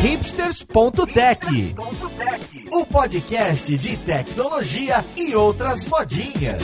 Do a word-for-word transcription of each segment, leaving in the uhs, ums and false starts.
hipsters ponto tech, o podcast de tecnologia e outras modinhas.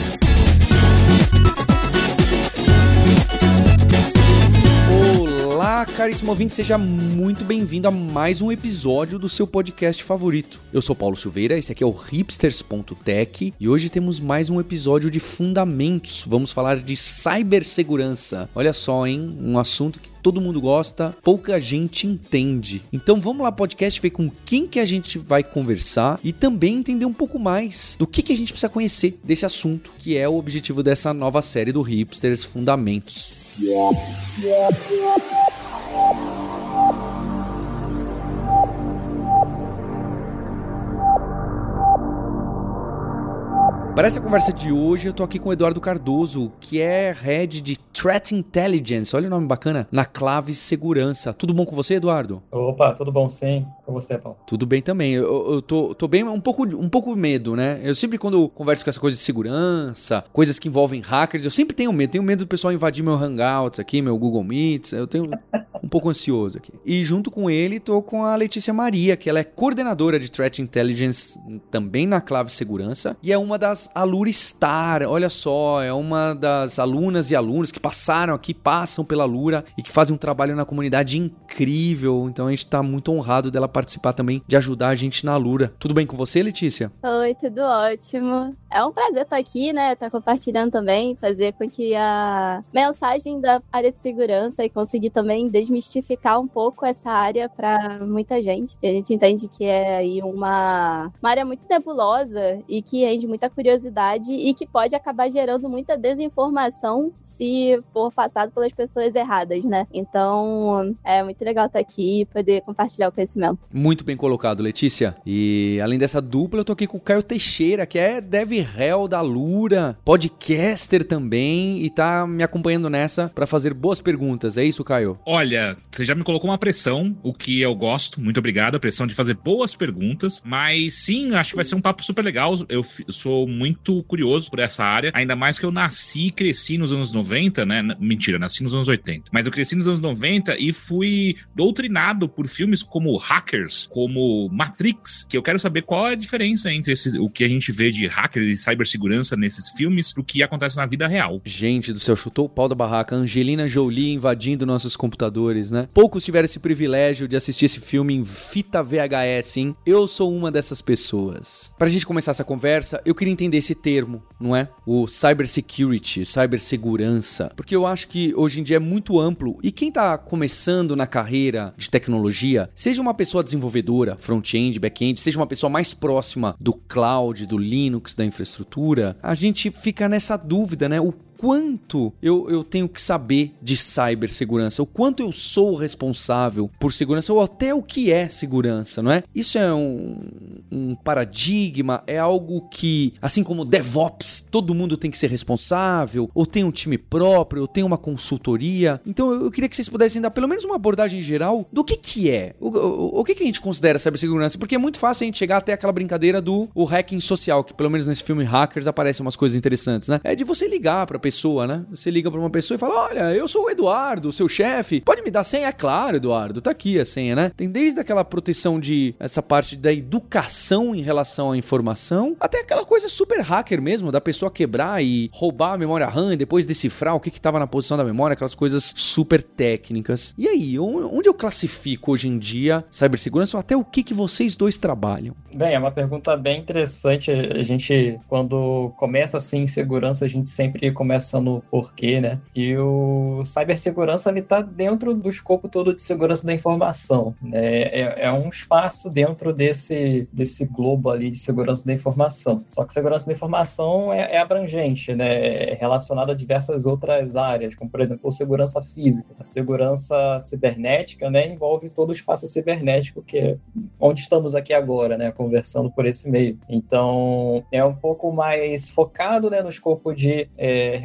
Olá, caríssimo ouvinte, seja muito bem-vindo a mais um episódio do seu podcast favorito. Eu sou Paulo Silveira, esse aqui é o hipsters ponto tech e hoje temos mais um episódio de fundamentos. Vamos falar de cibersegurança. Olha só, hein? Um assunto que todo mundo gosta, pouca gente entende. Então vamos lá, podcast, ver com quem que a gente vai conversar e também entender um pouco mais do que, que a gente precisa conhecer desse assunto, que é o objetivo dessa nova série do Hipsters Fundamentos. Yeah, yeah, yeah. Para essa conversa de hoje, eu tô aqui com o Eduardo Cardoso, que é Head de Threat Intelligence, olha o nome bacana, na Clave Segurança. Tudo bom com você, Eduardo? Opa, tudo bom sim. Com você, Paulo? Tudo bem também. Eu, eu tô, tô bem, um pouco, um pouco medo, né? Eu sempre, quando eu converso com essa coisa de segurança, coisas que envolvem hackers, eu sempre tenho medo. Tenho medo do pessoal invadir meu Hangouts aqui, meu Google Meets. Eu tenho um pouco ansioso aqui. E junto com ele, tô com a Letícia Maria, que ela é coordenadora de Threat Intelligence também na Clave Segurança e é uma das Aluristar. Olha só, é uma das alunas e alunos que passaram aqui, passam pela Alura e que fazem um trabalho na comunidade incrível. Então a gente tá muito honrado dela participar também, de ajudar a gente na Alura. Tudo bem com você, Letícia? Oi, tudo ótimo. É um prazer estar aqui, né? Estar compartilhando também, fazer com que a mensagem da área de segurança e conseguir também desmistificar um pouco essa área para muita gente. A gente entende que é aí uma, uma área muito nebulosa e que rende muita curiosidade e que pode acabar gerando muita desinformação se for passado pelas pessoas erradas, né? Então, é muito legal estar aqui e poder compartilhar o conhecimento. Muito bem colocado, Letícia. E além dessa dupla, eu tô aqui com o Caio Teixeira, que é DevRel da Alura, podcaster também, e tá me acompanhando nessa para fazer boas perguntas. É isso, Caio? Olha, você já me colocou uma pressão, o que eu gosto, muito obrigado, a pressão de fazer boas perguntas, mas sim, acho que vai ser um papo super legal. Eu f- sou muito curioso por essa área, ainda mais que eu nasci e cresci nos anos noventa, né? Mentira, nasci nos anos oitenta, mas eu cresci nos anos noventa e fui doutrinado por filmes como Hackers, como Matrix, que eu quero saber qual é a diferença entre esse, o que a gente vê de hackers e cibersegurança nesses filmes do que acontece na vida real. Gente do céu, chutou o pau da barraca, Angelina Jolie invadindo nossos computadores, né? Poucos tiveram esse privilégio de assistir esse filme em fita V H S, hein? Eu sou uma dessas pessoas. Pra gente começar essa conversa, eu queria entender esse termo, não é? O cybersecurity, cibersegurança, porque eu acho que hoje em dia é muito amplo e quem tá começando na carreira de tecnologia, seja uma pessoa desenvolvedora, front-end, back-end, seja uma pessoa mais próxima do cloud, do Linux, da infraestrutura, a gente fica nessa dúvida, né? O quanto eu, eu tenho que saber de cibersegurança, o quanto eu sou responsável por segurança, ou até o que é segurança, não é? Isso é um, um paradigma, é algo que, assim como DevOps, todo mundo tem que ser responsável, ou tem um time próprio, ou tem uma consultoria. Então eu, eu queria que vocês pudessem dar pelo menos uma abordagem geral do que que é, o, o, o que que a gente considera cibersegurança, porque é muito fácil a gente chegar até aquela brincadeira do o hacking social, que pelo menos nesse filme Hackers aparecem umas coisas interessantes, né? É de você ligar pra pessoa, né? Você liga pra uma pessoa e fala, olha, eu sou o Eduardo, seu chefe, pode me dar senha? É claro, Eduardo, tá aqui a senha, né? Tem desde aquela proteção de, essa parte da educação em relação à informação, até aquela coisa super hacker mesmo, da pessoa quebrar e roubar a memória RAM e depois decifrar o que que tava na posição da memória, aquelas coisas super técnicas. E aí, onde eu classifico hoje em dia cibersegurança, ou até o que que vocês dois trabalham? Bem, é uma pergunta bem interessante. A gente, quando começa assim em segurança, a gente sempre começa no porquê, né? E o cibersegurança, ele tá dentro do escopo todo de segurança da informação, né? É, é um espaço dentro desse, desse globo ali de segurança da informação. Só que segurança da informação é, é abrangente, né? É relacionado a diversas outras áreas, como, por exemplo, segurança física. A segurança cibernética, né, envolve todo o espaço cibernético, que é onde estamos aqui agora, né? Conversando por esse meio. Então, é um pouco mais focado, né, no escopo de é,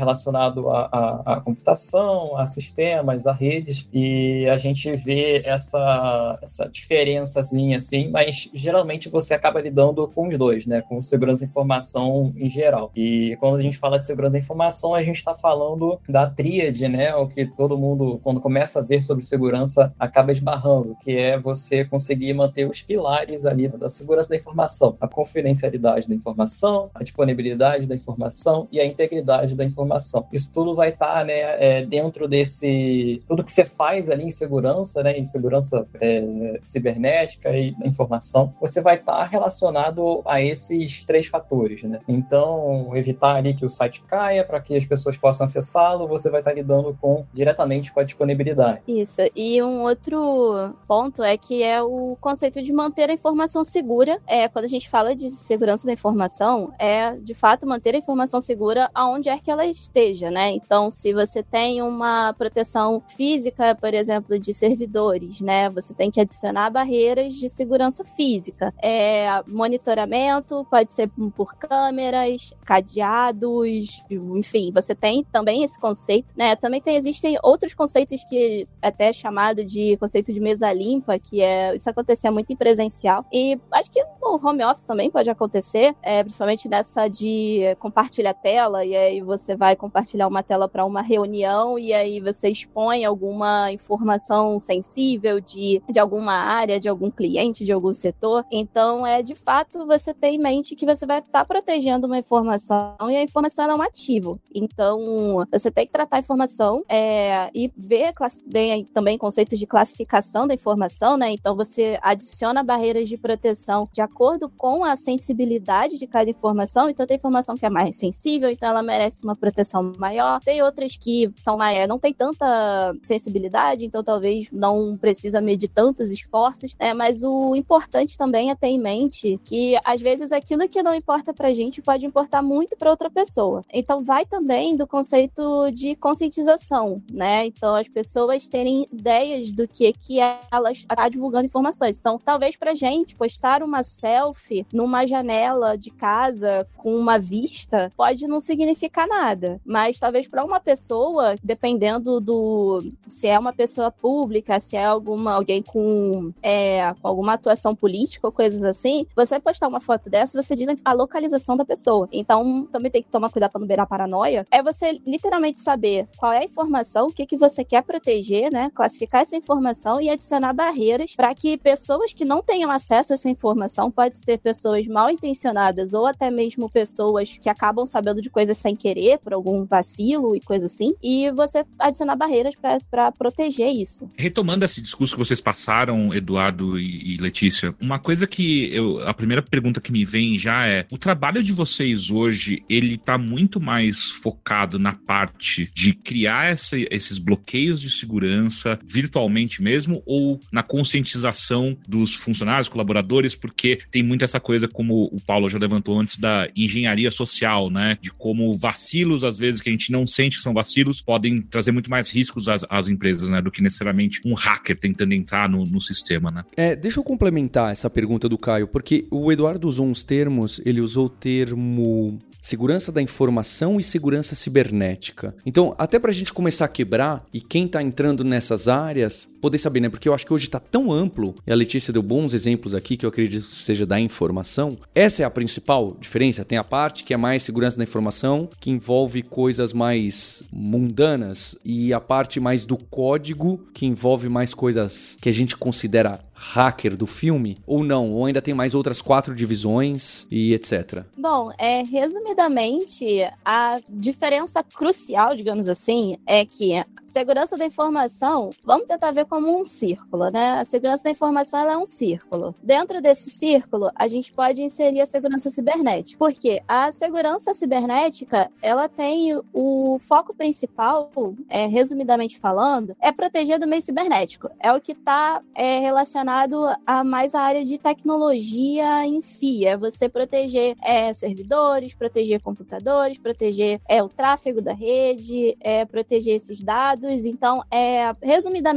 relacionado à, à, à computação, a sistemas, a redes, e a gente vê essa, essa diferençazinha, assim, mas geralmente você acaba lidando com os dois, né? Com segurança da informação em geral. E quando a gente fala de segurança da informação, a gente está falando da tríade, né? O que todo mundo, quando começa a ver sobre segurança, acaba esbarrando, que é você conseguir manter os pilares ali da segurança da informação, a confidencialidade da informação, a disponibilidade da informação e a integridade da informação. Isso tudo vai estar, né, é, dentro desse... Tudo que você faz ali em segurança, né, em segurança é, cibernética e da informação, você vai estar relacionado a esses três fatores, né? Então, evitar ali que o site caia para que as pessoas possam acessá-lo, você vai estar lidando com, diretamente com a disponibilidade. Isso. E um outro ponto é que é o conceito de manter a informação segura. É, quando a gente fala de segurança da informação, é, de fato, manter a informação segura aonde é que ela esteja, né? Então, se você tem uma proteção física, por exemplo, de servidores, né? Você tem que adicionar barreiras de segurança física. É, monitoramento, pode ser por câmeras, cadeados, enfim, você tem também esse conceito, né? Também tem, existem outros conceitos que até é chamado de conceito de mesa limpa, que é, isso acontecia muito em presencial, e acho que no home office também pode acontecer, é, principalmente nessa de compartilhar tela, e aí você vai compartilhar uma tela para uma reunião, e aí você expõe alguma informação sensível de, de alguma área, de algum cliente, de algum setor. Então, é de fato, você ter em mente que você vai estar protegendo uma informação, e a informação é um ativo. Então, você tem que tratar a informação é, e ver, tem também conceitos de classificação da informação, né? Então, você adiciona barreiras de proteção de acordo com a sensibilidade de cada informação. Então, tem informação que é mais sensível, então ela merece uma proteção maior. Tem outras que são mais, não tem tanta sensibilidade, então talvez não precisa medir tantos esforços, né? Mas o importante também é ter em mente que, às vezes, aquilo que não importa pra gente pode importar muito para outra pessoa. Então, vai também do conceito de conscientização, né? Então, as pessoas terem ideias do que, que elas estão divulgando informações. Então, talvez pra gente, postar uma selfie numa janela de casa com uma vista pode não significar nada, mas talvez para uma pessoa, dependendo do se é uma pessoa pública, se é alguma, alguém com, é, com alguma atuação política ou coisas assim, você vai postar uma foto dessa, você diz a localização da pessoa. Então, também tem que tomar cuidado para não beirar paranoia. É você literalmente saber qual é a informação, o que, que você quer proteger, né? Classificar essa informação e adicionar barreiras para que pessoas que não tenham acesso a essa informação, pode ser pessoas mal intencionadas ou até mesmo pessoas que acabam sabendo de coisas sem querer, por algum vacilo e coisa assim, e você adicionar barreiras para proteger isso. Retomando esse discurso que vocês passaram, Eduardo e, e Letícia, uma coisa que eu, a primeira pergunta que me vem já é, o trabalho de vocês hoje, ele tá muito mais focado na parte de criar essa, esses bloqueios de segurança virtualmente mesmo, ou na conscientização dos funcionários, colaboradores, porque tem muito essa coisa, como o Paulo já levantou antes, da engenharia social, né? De como vacilos, às vezes, que a gente não sente que são vacilos, podem trazer muito mais riscos às, às empresas, né? Do que necessariamente um hacker tentando entrar no, no sistema, né? É, deixa eu complementar essa pergunta do Caio, porque o Eduardo usou uns termos, ele usou o termo segurança da informação e segurança cibernética. Então, até pra gente começar a quebrar, e quem tá entrando nessas áreas, poder saber, né? Porque eu acho que hoje tá tão amplo, e a Letícia deu bons exemplos aqui, que eu acredito que seja da informação. Essa é a principal diferença. Tem a parte que é mais segurança da informação, que envolve coisas mais mundanas, e a parte mais do código, que envolve mais coisas que a gente considera hacker do filme, ou não? Ou ainda tem mais outras quatro divisões e etcétera? Bom, é, resumidamente, a diferença crucial, digamos assim, é que a segurança da informação, vamos tentar ver como um círculo, né? A segurança da informação, ela é um círculo. Dentro desse círculo, a gente pode inserir a segurança cibernética. Porque a segurança cibernética, ela tem o foco principal, é, resumidamente falando, é proteger do meio cibernético. É o que está é, relacionado a mais a área de tecnologia em si. É você proteger é, servidores, proteger computadores, proteger é, o tráfego da rede, é, proteger esses dados. Então, é, resumidamente, a gente pode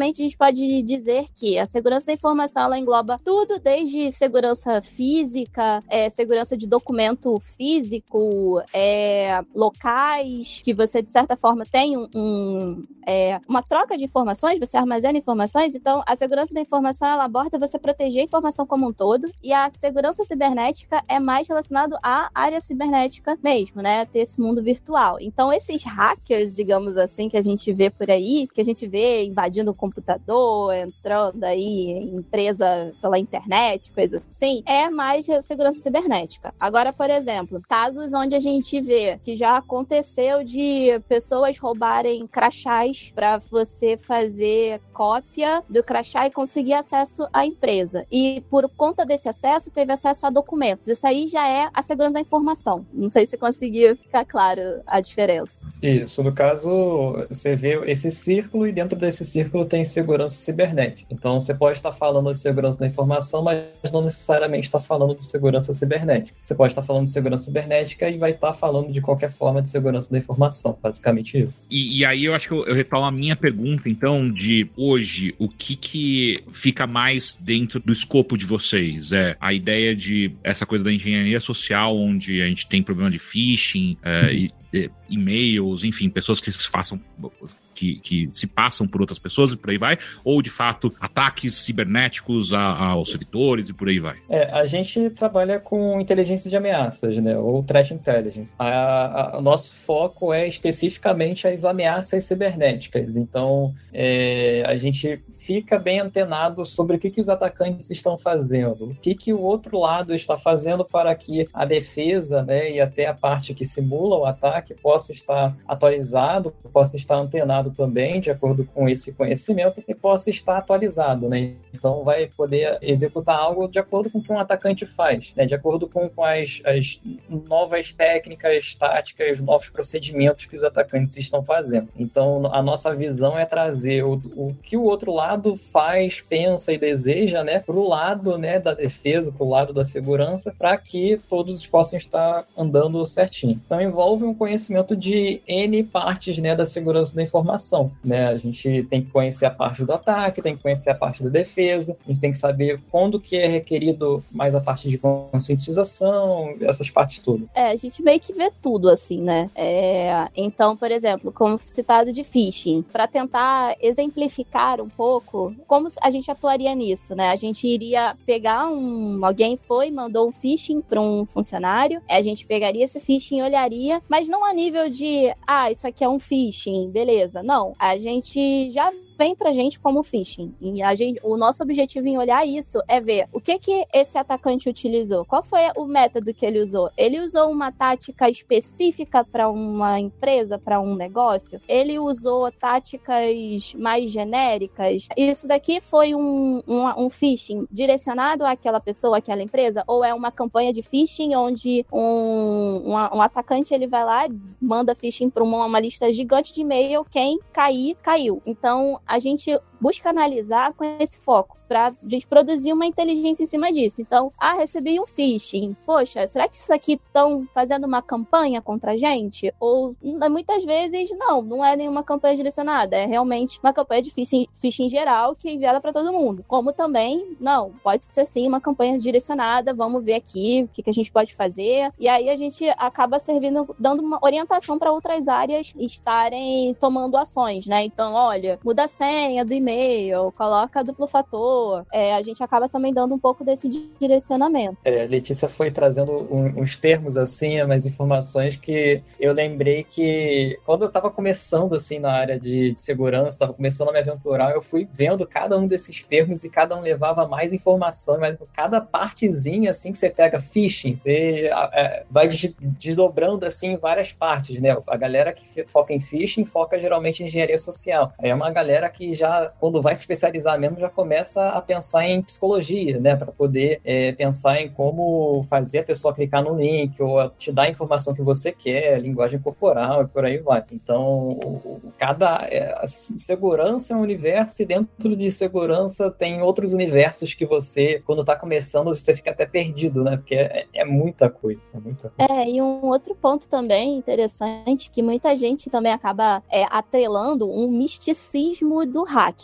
pode dizer que a segurança da informação, ela engloba tudo desde segurança física, é, segurança de documento físico, é, locais, que você, de certa forma, tem um, um, é, uma troca de informações, você armazena informações. Então, a segurança da informação, ela aborda você proteger a informação como um todo, e a segurança cibernética é mais relacionado à área cibernética mesmo, né? Ter esse mundo virtual. Então, esses hackers, digamos assim, que a gente vê por aí, que a gente vê invadindo o computador, entrando aí em empresa pela internet, coisas assim, é mais segurança cibernética. Agora, por exemplo, casos onde a gente vê que já aconteceu de pessoas roubarem crachás para você fazer cópia do crachá e conseguir acesso à empresa. E por conta desse acesso, teve acesso a documentos. Isso aí já é a segurança da informação. Não sei se conseguiu ficar claro a diferença. Isso, no caso, você vê esse círculo e dentro desse círculo tem segurança cibernética. Então, você pode estar falando de segurança da informação, mas não necessariamente está falando de segurança cibernética. Você pode estar falando de segurança cibernética e vai estar falando de qualquer forma de segurança da informação, basicamente isso. E, e aí eu acho que eu, eu retomo a minha pergunta, então, de hoje, o que que fica mais dentro do escopo de vocês? É a ideia de essa coisa da engenharia social, onde a gente tem problema de phishing, é, e, e, e-mails, enfim, pessoas que se façam... Que, que se passam por outras pessoas e por aí vai, ou de fato ataques cibernéticos a, a, aos servidores e por aí vai? É, a gente trabalha com inteligência de ameaças, né, ou threat intelligence. A, a, o nosso foco é especificamente as ameaças cibernéticas, então é, a gente fica bem antenado sobre o que, que os atacantes estão fazendo, o que, que o outro lado está fazendo para que a defesa, né, e até a parte que simula o ataque possa estar atualizado, possa estar antenado também, de acordo com esse conhecimento, e possa estar atualizado, né? Então vai poder executar algo de acordo com o que um atacante faz, né? De acordo com, com as, as novas técnicas, táticas, novos procedimentos que os atacantes estão fazendo. Então a nossa visão é trazer o, o que o outro lado faz, pensa e deseja, né, para o lado, né, da defesa, para o lado da segurança, para que todos possam estar andando certinho. Então envolve um conhecimento de N partes, né, da segurança da informação. Né? A gente tem que conhecer a parte do ataque, tem que conhecer a parte da defesa, a gente tem que saber quando que é requerido mais a parte de conscientização, essas partes todas. É, a gente meio que vê tudo, assim, né? É, então, por exemplo, como citado de phishing, para tentar exemplificar um pouco como a gente atuaria nisso, né? A gente iria pegar um... Alguém foi, mandou um phishing para um funcionário, a gente pegaria esse phishing e olharia, mas não a nível de, ah, isso aqui é um phishing, beleza. Não, a gente já vem pra gente como phishing. E a gente, o nosso objetivo em olhar isso é ver o que que esse atacante utilizou. Qual foi o método que ele usou? Ele usou uma tática específica para uma empresa, para um negócio? Ele usou táticas mais genéricas? Isso daqui foi um, um, um phishing direcionado àquela pessoa, àquela empresa? Ou é uma campanha de phishing onde um, um, um atacante ele vai lá, manda phishing para uma, uma lista gigante de e-mail, quem cair, caiu. Então, a gente busca analisar com esse foco, para a gente produzir uma inteligência em cima disso. Então, ah, recebi um phishing. Poxa, será que isso aqui estão fazendo uma campanha contra a gente? Ou, muitas vezes, não, não é nenhuma campanha direcionada, é realmente uma campanha de phishing, phishing geral que é enviada para todo mundo. Como também, não, pode ser sim uma campanha direcionada, vamos ver aqui o que, que a gente pode fazer. E aí a gente acaba servindo, dando uma orientação para outras áreas estarem tomando ações, né? Então, olha, muda a senha do e-mail, coloca duplo fator. É, a gente acaba também dando um pouco desse direcionamento. É, Letícia foi trazendo um, uns termos assim, umas informações que eu lembrei que quando eu estava começando assim na área de, de segurança, estava começando a me aventurar, eu fui vendo cada um desses termos e cada um levava mais informação, mas cada partezinha assim que você pega phishing, você é, vai desdobrando assim em várias partes, né? A galera que foca em phishing foca geralmente em engenharia social. Aí é uma galera que já, quando vai se especializar mesmo, já começa a pensar em psicologia, né, para poder é, pensar em como fazer a pessoa clicar no link ou te dar a informação que você quer, linguagem corporal e por aí vai. Então, o, cada é, a segurança é um universo e dentro de segurança tem outros universos que você, quando está começando, você fica até perdido, né, porque é, é muita coisa, é muita coisa. É, e um outro ponto também interessante que muita gente também acaba é, atrelando um misticismo do hack,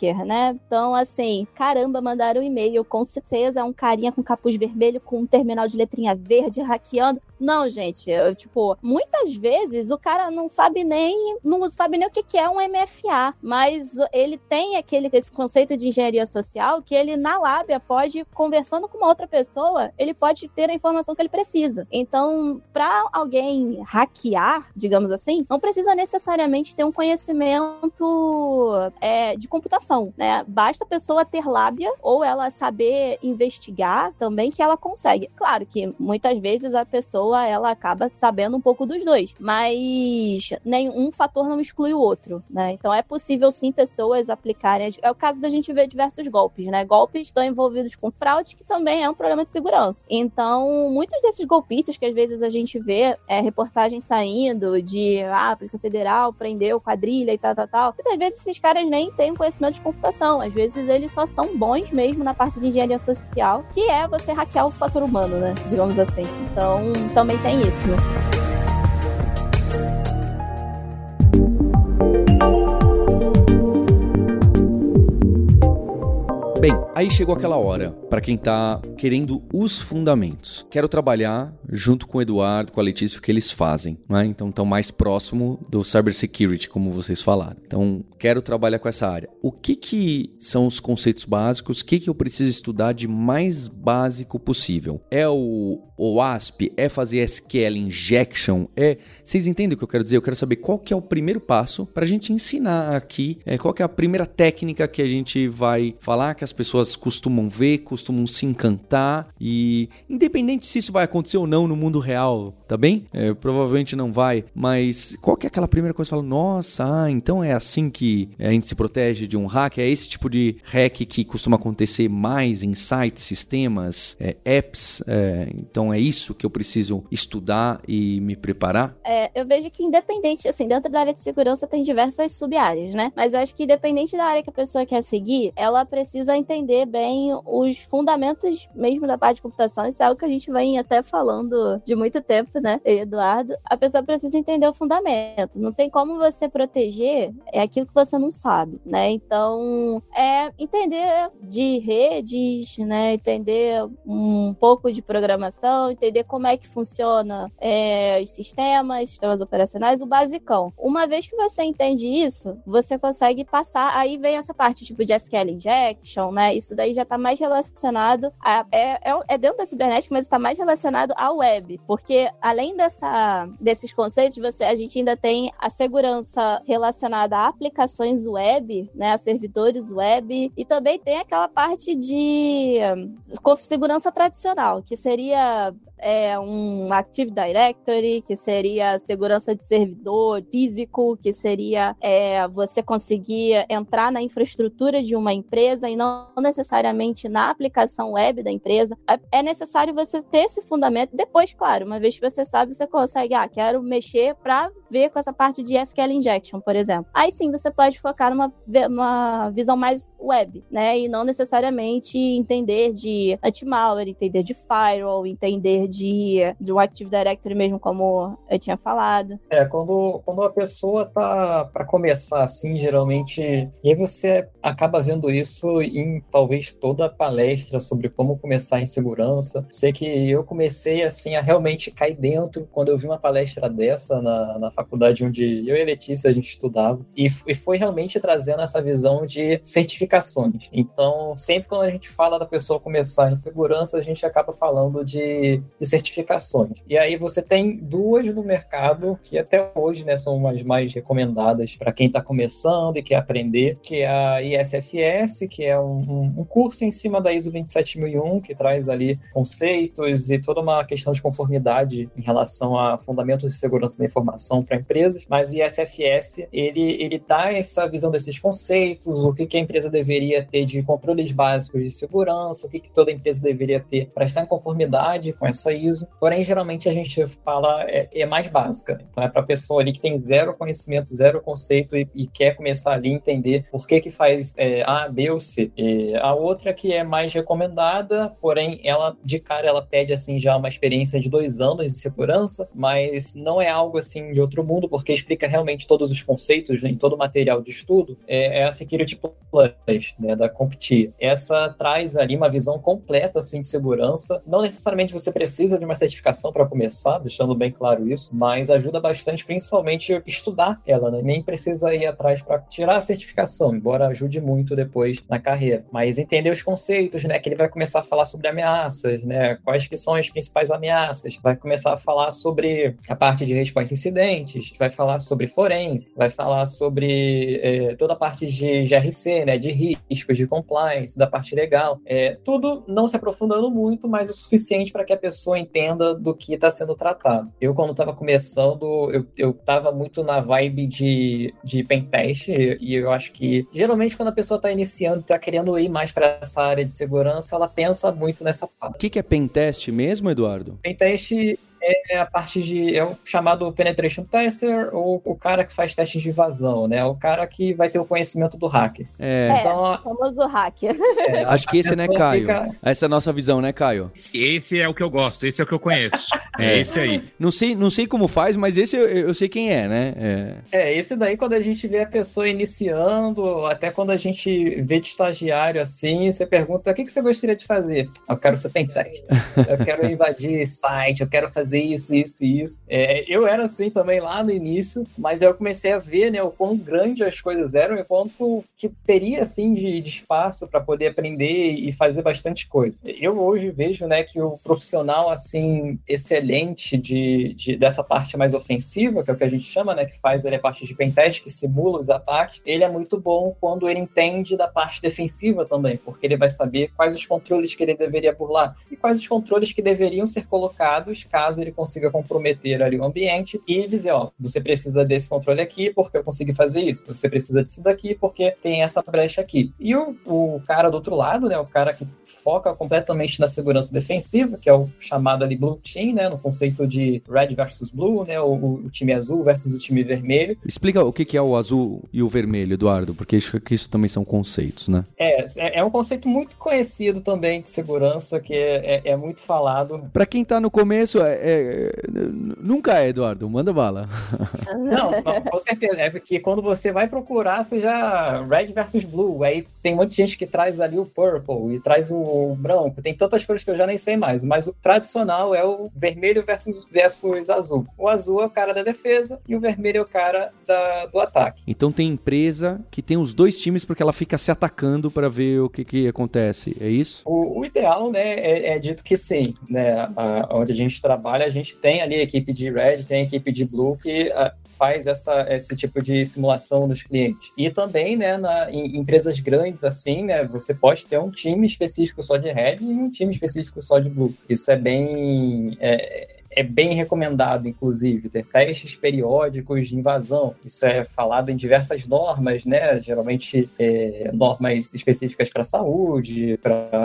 hacker, né? Então, assim, caramba, mandaram um e-mail, com certeza é um carinha com capuz vermelho, com um terminal de letrinha verde, hackeando. Não, gente, eu, tipo, muitas vezes o cara não sabe nem, não sabe nem o que, que é um M F A, mas ele tem aquele, esse conceito de engenharia social que ele, na lábia, pode, conversando com uma outra pessoa, ele pode ter a informação que ele precisa. Então, para alguém hackear, digamos assim, não precisa necessariamente ter um conhecimento é, de computação, né? Basta a pessoa ter lábia ou ela saber investigar também, que ela consegue. Claro que muitas vezes a pessoa ela acaba sabendo um pouco dos dois, mas nenhum fator não exclui o outro, né? Então é possível sim pessoas aplicarem, é o caso da gente ver diversos golpes, né? Golpes estão envolvidos com fraude, que também é um problema de segurança. Então, muitos desses golpistas que às vezes a gente vê é, reportagens saindo de, ah, a Polícia Federal prendeu quadrilha e tal, tal, tal. Muitas vezes esses caras nem têm conhecimento de computação, às vezes eles só são bons mesmo na parte de engenharia social, que é você hackear o fator humano, né? Digamos assim. Então, também tem isso, né? Bem, aí chegou aquela hora, para quem tá querendo os fundamentos. Quero trabalhar junto com o Eduardo, com a Letícia, o que eles fazem, né? Então, estão mais próximo do cybersecurity, como vocês falaram. Então, quero trabalhar com essa área. O que que são os conceitos básicos? O que que eu preciso estudar de mais básico possível? É o O W A S P? É fazer S Q L injection? É... Vocês entendem o que eu quero dizer? Eu quero saber qual que é o primeiro passo para a gente ensinar aqui, é, qual que é a primeira técnica que a gente vai falar, que as pessoas costumam ver, costumam se encantar, e independente se isso vai acontecer ou não no mundo real, tá bem? É, provavelmente não vai, mas qual que é aquela primeira coisa que você fala, nossa, ah, então é assim que a gente se protege de um hack? É esse tipo de hack que costuma acontecer mais em sites, sistemas, é, apps, é, então é isso que eu preciso estudar e me preparar? É, eu vejo que independente, assim, dentro da área de segurança tem diversas sub-áreas, né? Mas eu acho que independente da área que a pessoa quer seguir, ela precisa entender bem os fundamentos mesmo da parte de computação. Isso é algo que a gente vem até falando de muito tempo, né, Eduardo? A pessoa precisa entender o fundamento. Não tem como você proteger é aquilo que você não sabe, né? Então, é entender de redes, né? Entender um pouco de programação, entender como é que funciona é, os sistemas, sistemas operacionais, o basicão. Uma vez que você entende isso, você consegue passar, aí vem essa parte tipo de S Q L injection, né? Isso daí já tá mais relacionado a, é, é, é dentro da cibernética, mas está mais relacionado à web, porque além dessa, desses conceitos, você, a gente ainda tem a segurança relacionada a aplicações web, né? A servidores web, e também tem aquela parte de um, segurança tradicional, que seria é, um Active Directory, que seria segurança de servidor físico, que seria é, você conseguir entrar na infraestrutura de uma empresa e não necessariamente na aplicação web da empresa. É necessário você ter esse fundamento. Depois, claro, uma vez que você sabe, você consegue, ah, quero mexer para ver com essa parte de S Q L injection, por exemplo. Aí sim, você pode focar numa uma visão mais web, né? E não necessariamente entender de anti-malware, entender de firewall, entender de, de um Active Directory mesmo, como eu tinha falado. É, quando, quando a pessoa tá para começar assim, geralmente, e aí você acaba vendo isso em talvez toda a palestra sobre como começar em segurança. Sei que eu comecei assim a realmente cair dentro quando eu vi uma palestra dessa na, na faculdade onde eu e a Letícia a gente estudava, e, e foi realmente trazendo essa visão de certificações. Então, sempre quando a gente fala da pessoa começar em segurança, a gente acaba falando de, de certificações. E aí você tem duas no mercado que até hoje, né, são as mais recomendadas para quem está começando e quer aprender, que é a I S F S, que é um, um curso em cima da I S O vinte e sete mil e um, que traz ali conceitos e toda uma questão de conformidade em relação a fundamentos de segurança da informação para empresas, mas o I S F S, ele, ele dá essa visão desses conceitos, o que, que a empresa deveria ter de controles básicos de segurança, o que, que toda empresa deveria ter para estar em conformidade com essa I S O. Porém, geralmente a gente fala, é, é mais básica, então é para a pessoa ali que tem zero conhecimento, zero conceito e, e quer começar ali a entender por que que faz é, A, B ou C. E a outra que é mais recomendada, porém ela de cara ela pede assim já uma experiência experiência de dois anos de segurança, mas não é algo assim de outro mundo, porque explica realmente todos os conceitos, né, em todo o material de estudo. É, é a Security Plus, né, da CompTIA. Essa traz ali uma visão completa assim, de segurança. Não necessariamente você precisa de uma certificação para começar, deixando bem claro isso, mas ajuda bastante, principalmente, estudar ela, né? Nem precisa ir atrás para tirar a certificação, embora ajude muito depois na carreira. Mas entender os conceitos, né? Que ele vai começar a falar sobre ameaças, né? Quais que são as principais ameaças. Vai começar a falar sobre a parte de resposta a incidentes, vai falar sobre forense, vai falar sobre é, toda a parte de G R C, né? De riscos, de compliance, da parte legal. É, tudo não se aprofundando muito, mas o suficiente para que a pessoa entenda do que está sendo tratado. Eu, quando estava começando, eu, eu tava muito na vibe de, de pentest, e, e eu acho que, geralmente, quando a pessoa está iniciando, está querendo ir mais para essa área de segurança, ela pensa muito nessa parte. O que, que é pentest mesmo, Eduardo? Pentest é a parte de... é o chamado penetration tester, ou o cara que faz testes de invasão, né? O cara que vai ter o conhecimento do hacker. É, É, Então, o famoso hacker. é, acho que a esse, né, pessoa Caio? fica- Essa é a nossa visão, né, Caio? Esse, esse é o que eu gosto, esse é o que eu conheço. É, É. esse aí. Não sei, não sei como faz, mas esse eu, eu sei quem é, né? É. É, esse daí quando a gente vê a pessoa iniciando, até quando a gente vê de estagiário assim, você pergunta, o que, que você gostaria de fazer? Eu quero ser pentester, eu quero invadir site, eu quero fazer isso, isso e isso. É, eu era assim também lá no início, mas eu comecei a ver, né, o quão grande as coisas eram e quanto que teria, assim, de, de espaço para poder aprender e fazer bastante coisa. Eu hoje vejo, né, que o profissional, assim, excelente de, de, dessa parte mais ofensiva, que é o que a gente chama, né, que faz ele a parte de pentest, que simula os ataques, ele é muito bom quando ele entende da parte defensiva também, porque ele vai saber quais os controles que ele deveria burlar e quais os controles que deveriam ser colocados caso ele consiga comprometer ali o ambiente e dizer, ó, você precisa desse controle aqui porque eu consegui fazer isso, você precisa disso daqui porque tem essa brecha aqui. E o, o cara do outro lado, né, o cara que foca completamente na segurança defensiva, que é o chamado ali Blue Team, né, no conceito de Red versus Blue, né, o, o time azul versus o time vermelho. Explica o que, que é o azul e o vermelho, Eduardo, porque isso, que isso também são conceitos, né? É, é, é um conceito muito conhecido também de segurança, que é, é, é muito falado. Pra quem tá no começo, é, é, nunca é, Eduardo, manda bala. Não, não, com certeza. É porque quando você vai procurar, você já Red versus Blue. Aí tem muita gente que traz ali o Purple e traz o branco. Tem tantas cores que eu já nem sei mais. Mas o tradicional é o vermelho versus, versus azul. O azul é o cara da defesa e o vermelho é o cara da, do ataque. Então tem empresa que tem os dois times porque ela fica se atacando pra ver o que, que acontece, é isso? O, o ideal, né, é, é dito que sim, né, a, onde a gente trabalha, a gente tem ali a equipe de Red, tem a equipe de Blue que a, faz essa, esse tipo de simulação nos clientes. E também, né, na, em empresas grandes assim, né, você pode ter um time específico só de Red e um time específico só de Blue. Isso é bem... É, é bem recomendado, inclusive, ter testes periódicos de invasão. Isso é falado em diversas normas, né? Geralmente é, normas específicas para saúde,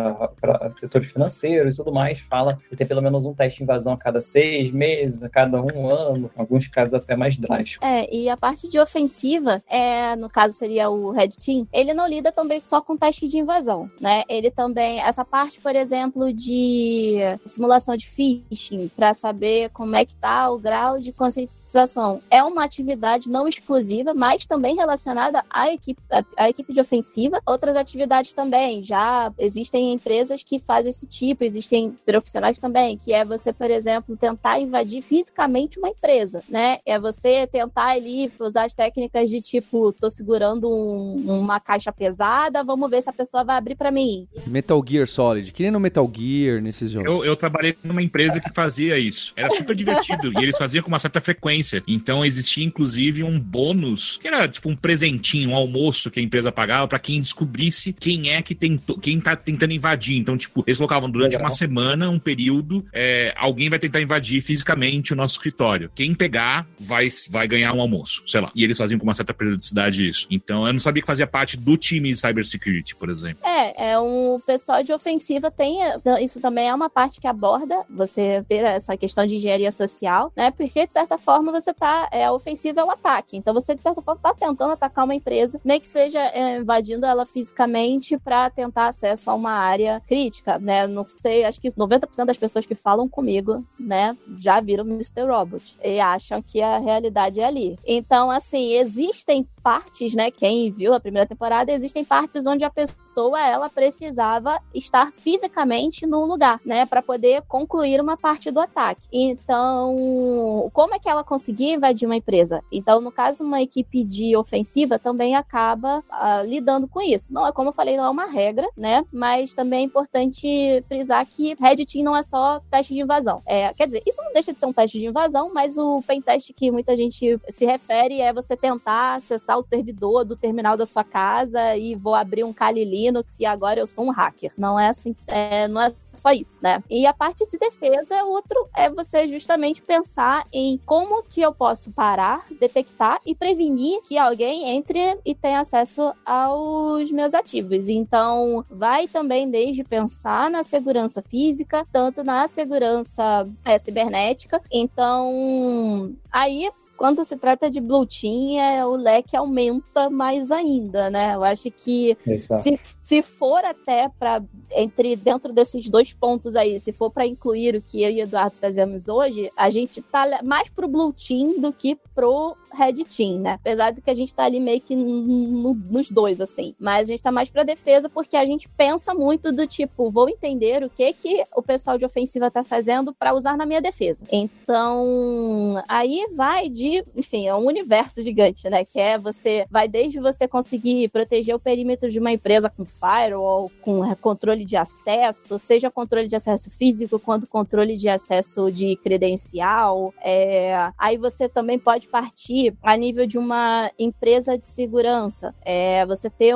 para setores financeiros e tudo mais. Fala de ter pelo menos um teste de invasão a cada seis meses, a cada um ano, em alguns casos até mais drásticos. É, e a parte de ofensiva, é, no caso seria o Red Team, ele não lida também só com teste de invasão, né? Ele também, essa parte, por exemplo, de simulação de phishing, para saber como é que tá o grau de conscientização. É uma atividade não exclusiva, mas também relacionada à equipe, à, à equipe de ofensiva. Outras atividades também, já existem empresas que fazem esse tipo, existem profissionais também, que é você, por exemplo, tentar invadir fisicamente uma empresa, né? É você tentar ali usar as técnicas de tipo, tô segurando um, uma caixa pesada, vamos ver se a pessoa vai abrir pra mim. Metal Gear Solid, que nem no Metal Gear, nesses jogos. Eu, eu trabalhei numa empresa que fazia isso. Era super divertido. E eles faziam com uma certa frequência. Então existia, inclusive, um bônus, que era tipo um presentinho, um almoço que a empresa pagava pra quem descobrisse quem é que tentou, quem tá tentando invadir. Então, tipo, eles colocavam durante Legal. uma semana, um período, é, alguém vai tentar invadir fisicamente o nosso escritório. Quem pegar vai, vai ganhar um almoço, sei lá. E eles faziam com uma certa periodicidade isso. Então, eu não sabia que fazia parte do time de cybersecurity, por exemplo. É, é um pessoal de ofensiva tem, isso também é uma parte que aborda você ter essa questão questão de engenharia social, né? Porque, de certa forma, você tá... É, a ofensiva é o ataque. Então, você, de certa forma, tá tentando atacar uma empresa, nem que seja é, invadindo ela fisicamente para tentar acesso a uma área crítica, né? Não sei, acho que noventa por cento das pessoas que falam comigo, né, já viram mister Robot e acham que a realidade é ali. Então, assim, existem partes, né, quem viu a primeira temporada, existem partes onde a pessoa, ela precisava estar fisicamente no lugar, né, para poder concluir uma parte do ataque. Então, como é que ela conseguia invadir uma empresa? Então, no caso, uma equipe de ofensiva também acaba uh, lidando com isso. Não é, como eu falei, não é uma regra, né, mas também é importante frisar que Red Team não é só teste de invasão. É, quer dizer, isso não deixa de ser um teste de invasão, mas o pentest que muita gente se refere é você tentar acessar o servidor do terminal da sua casa e vou abrir um Kali Linux e agora eu sou um hacker. Não é assim, é, não é só isso, né? E a parte de defesa, outro é você justamente pensar em como que eu posso parar, detectar e prevenir que alguém entre e tenha acesso aos meus ativos. Então, vai também desde pensar na segurança física, tanto na segurança é, cibernética. Então, aí... Quando se trata de Blue Team, é, o leque aumenta mais ainda, né? Eu acho que se, se for até para entre dentro desses dois pontos aí, se for para incluir o que eu e o Eduardo fazemos hoje, a gente tá mais pro Blue Team do que pro Red Team, né? Apesar de que a gente tá ali meio que no, nos dois, assim. Mas a gente tá mais pra defesa porque a gente pensa muito do tipo, vou entender o que que o pessoal de ofensiva tá fazendo para usar na minha defesa. Então, aí vai de enfim, é um universo gigante, né? Que é você, vai desde você conseguir proteger o perímetro de uma empresa com firewall, com controle de acesso, seja controle de acesso físico, quanto controle de acesso de credencial. É, aí você também pode partir a nível de uma empresa de segurança. É, você ter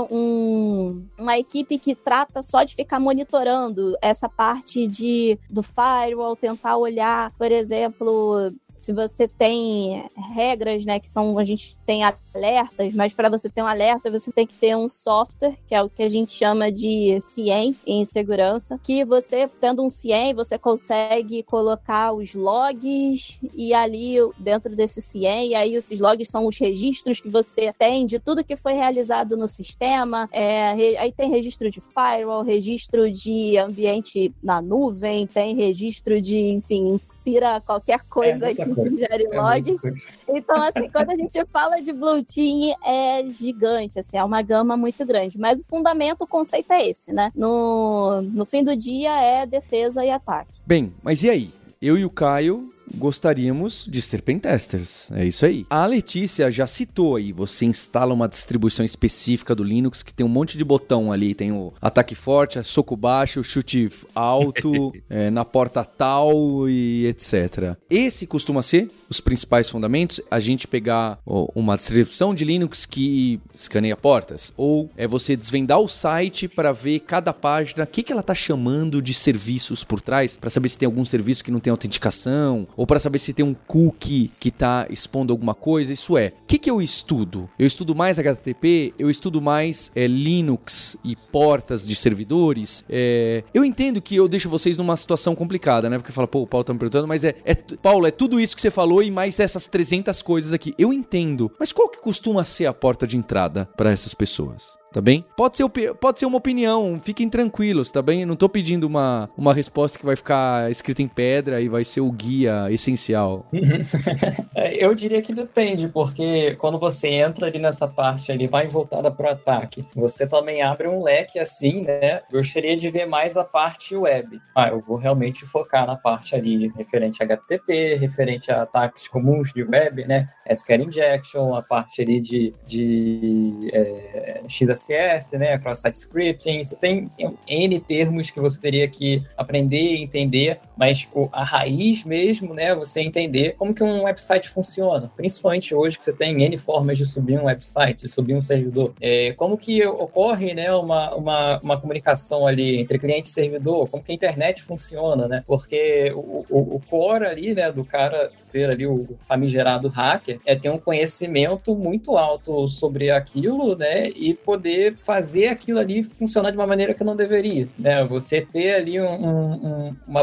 um, uma equipe que trata só de ficar monitorando essa parte de, do firewall, tentar olhar, por exemplo... Se você tem regras, né, que são, a gente tem alertas, mas para você ter um alerta, você tem que ter um software, que é o que a gente chama de C I E M em segurança, que você, tendo um C I E M, você consegue colocar os logs e ali dentro desse C I E M, e aí esses logs são os registros que você tem de tudo que foi realizado no sistema, é, aí tem registro de firewall, registro de ambiente na nuvem, tem registro de, enfim, insira qualquer coisa é que gere é log. Então, assim, quando a gente fala de Blue Team, é gigante, assim, é uma gama muito grande. Mas o fundamento, o conceito é esse, né? No, no fim do dia é defesa e ataque. Bem, mas e aí? Eu e o Caio gostaríamos de ser pentesters. É isso aí. A Letícia já citou aí, você instala uma distribuição específica do Linux que tem um monte de botão ali, tem o ataque forte, soco baixo, chute alto, é, na porta tal e etcétera. Esse costuma ser os principais fundamentos, a gente pegar ó, uma distribuição de Linux que escaneia portas, ou é você desvendar o site para ver cada página, o que, que ela tá chamando de serviços por trás, para saber se tem algum serviço que não tem autenticação, ou para saber se tem um cookie que está expondo alguma coisa. Isso é, o que, que eu estudo? Eu estudo mais H T T P, eu estudo mais é, Linux e portas de servidores. É, eu entendo que eu deixo vocês numa situação complicada, né? Porque fala, pô, o Paulo tá me perguntando, mas é, é, Paulo, é tudo isso que você falou e mais essas trezentas coisas aqui. Eu entendo, mas qual que costuma ser a porta de entrada para essas pessoas? Tá bem? Pode ser, pode ser uma opinião, fiquem tranquilos, tá bem? Eu não tô pedindo uma, uma resposta que vai ficar escrita em pedra e vai ser o guia essencial. Eu diria que depende, porque quando você entra ali nessa parte ali, vai voltada pro ataque, você também abre um leque assim, né? Gostaria de ver mais a parte web. Ah, eu vou realmente focar na parte ali referente a H T T P, referente a ataques comuns de web, né? S Q L Injection, a parte ali de, de é, X S C S, né, cross-site scripting, você tem N termos que você teria que aprender e entender, mas o, a raiz mesmo, né, você entender como que um website funciona, principalmente hoje que você tem N formas de subir um website, de subir um servidor. É, como que ocorre, né, uma, uma, uma comunicação ali entre cliente e servidor, como que a internet funciona, né, porque o, o, o core ali, né, do cara ser ali o famigerado hacker, é ter um conhecimento muito alto sobre aquilo, né, e poder fazer aquilo ali funcionar de uma maneira que não deveria, né? Você ter ali um, um, uma vulnerabilidade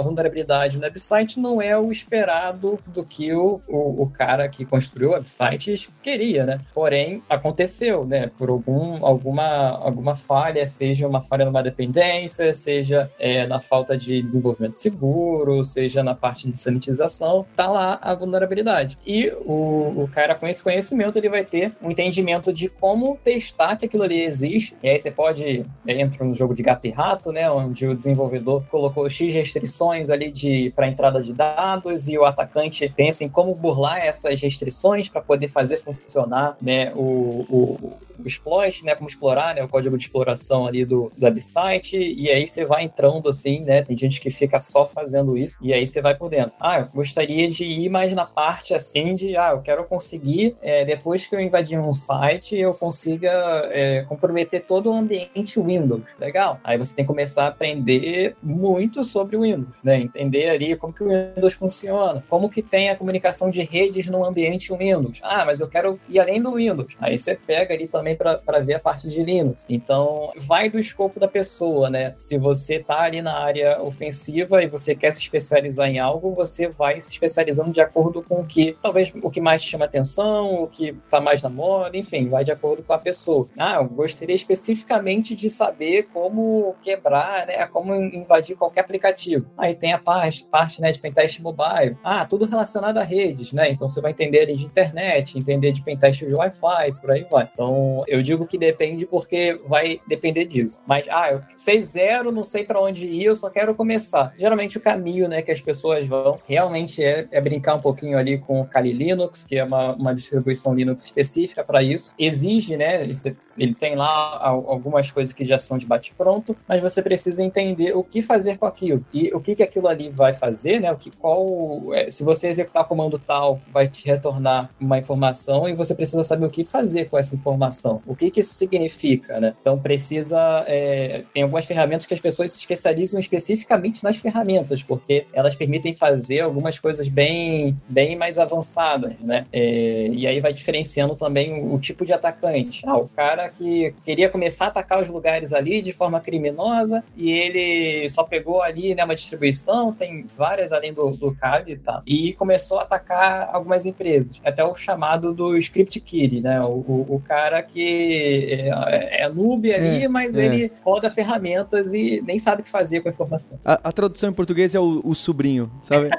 vulnerabilidade no website não é o esperado do que o, o, o cara que construiu o website queria, né? Porém, aconteceu, né? Por algum, alguma, alguma falha, seja uma falha numa dependência, seja é, na falta de desenvolvimento seguro, seja na parte de sanitização, tá lá a vulnerabilidade. E o, o cara com esse conhecimento, ele vai ter um entendimento de como testar que aquilo ali existe. E aí você pode, aí entra no jogo de gato e rato, né? Onde o desenvolvedor colocou X restrições ali de, para entrada de dados e o atacante pensa em como burlar essas restrições para poder fazer funcionar, né, o, o, o exploit, né, como explorar, né, o código de exploração ali do, do website, e aí você vai entrando assim, né, tem gente que fica só fazendo isso, e aí você vai por dentro. Ah, eu gostaria de ir mais na parte assim de, ah, eu quero conseguir, é, depois que eu invadir um site, eu consiga é, comprometer todo o ambiente Windows. Legal? Aí você tem que começar a aprender muito sobre o Windows, né, entender ali como que o Windows funciona, como que tem a comunicação de redes no ambiente Windows. Ah, mas eu quero ir além do Windows. Aí você pega ali também para ver a parte de Linux. Então, vai do escopo da pessoa, né? Se você tá ali na área ofensiva e você quer se especializar em algo, você vai se especializando de acordo com o que, talvez, o que mais te chama atenção, o que tá mais na moda, enfim, vai de acordo com a pessoa. Ah, eu gostaria especificamente de saber como quebrar, né? Como invadir qualquer aplicativo. Aí tem a parte, parte né, de pentest mobile. Ah, tudo relacionado a redes, né? Então você vai entender ali de internet, entender de pentest de Wi-Fi, por aí vai. Então, eu digo que depende porque vai depender disso. Mas, ah, eu sei zero, não sei para onde ir, eu só quero começar. Geralmente o caminho, né, que as pessoas vão realmente é, é brincar um pouquinho ali com o Kali Linux, que é uma, uma distribuição Linux específica para isso. Exige, né, ele, ele tem lá algumas coisas que já são de bate-pronto, mas você precisa entender o que fazer com aquilo. E o que, que aquilo ali vai fazer, né, o que, qual, é, se você executar o comando tal, vai te retornar uma informação e você precisa saber o que fazer com essa informação. O que, que isso significa, né? Então precisa... É, tem algumas ferramentas que as pessoas se especializam especificamente nas ferramentas, porque elas permitem fazer algumas coisas bem, bem mais avançadas, né? É, e aí vai diferenciando também o, o tipo de atacante. Ah, o cara que queria começar a atacar os lugares ali de forma criminosa e ele só pegou ali, né, uma distribuição, tem várias além do, do Kali, tá? E começou a atacar algumas empresas. Até o chamado do script kill, né? O, o, o cara que é, é noob ali, é, mas é. ele roda ferramentas e nem sabe o que fazer com a informação. A, a tradução em português é o, o sobrinho, sabe?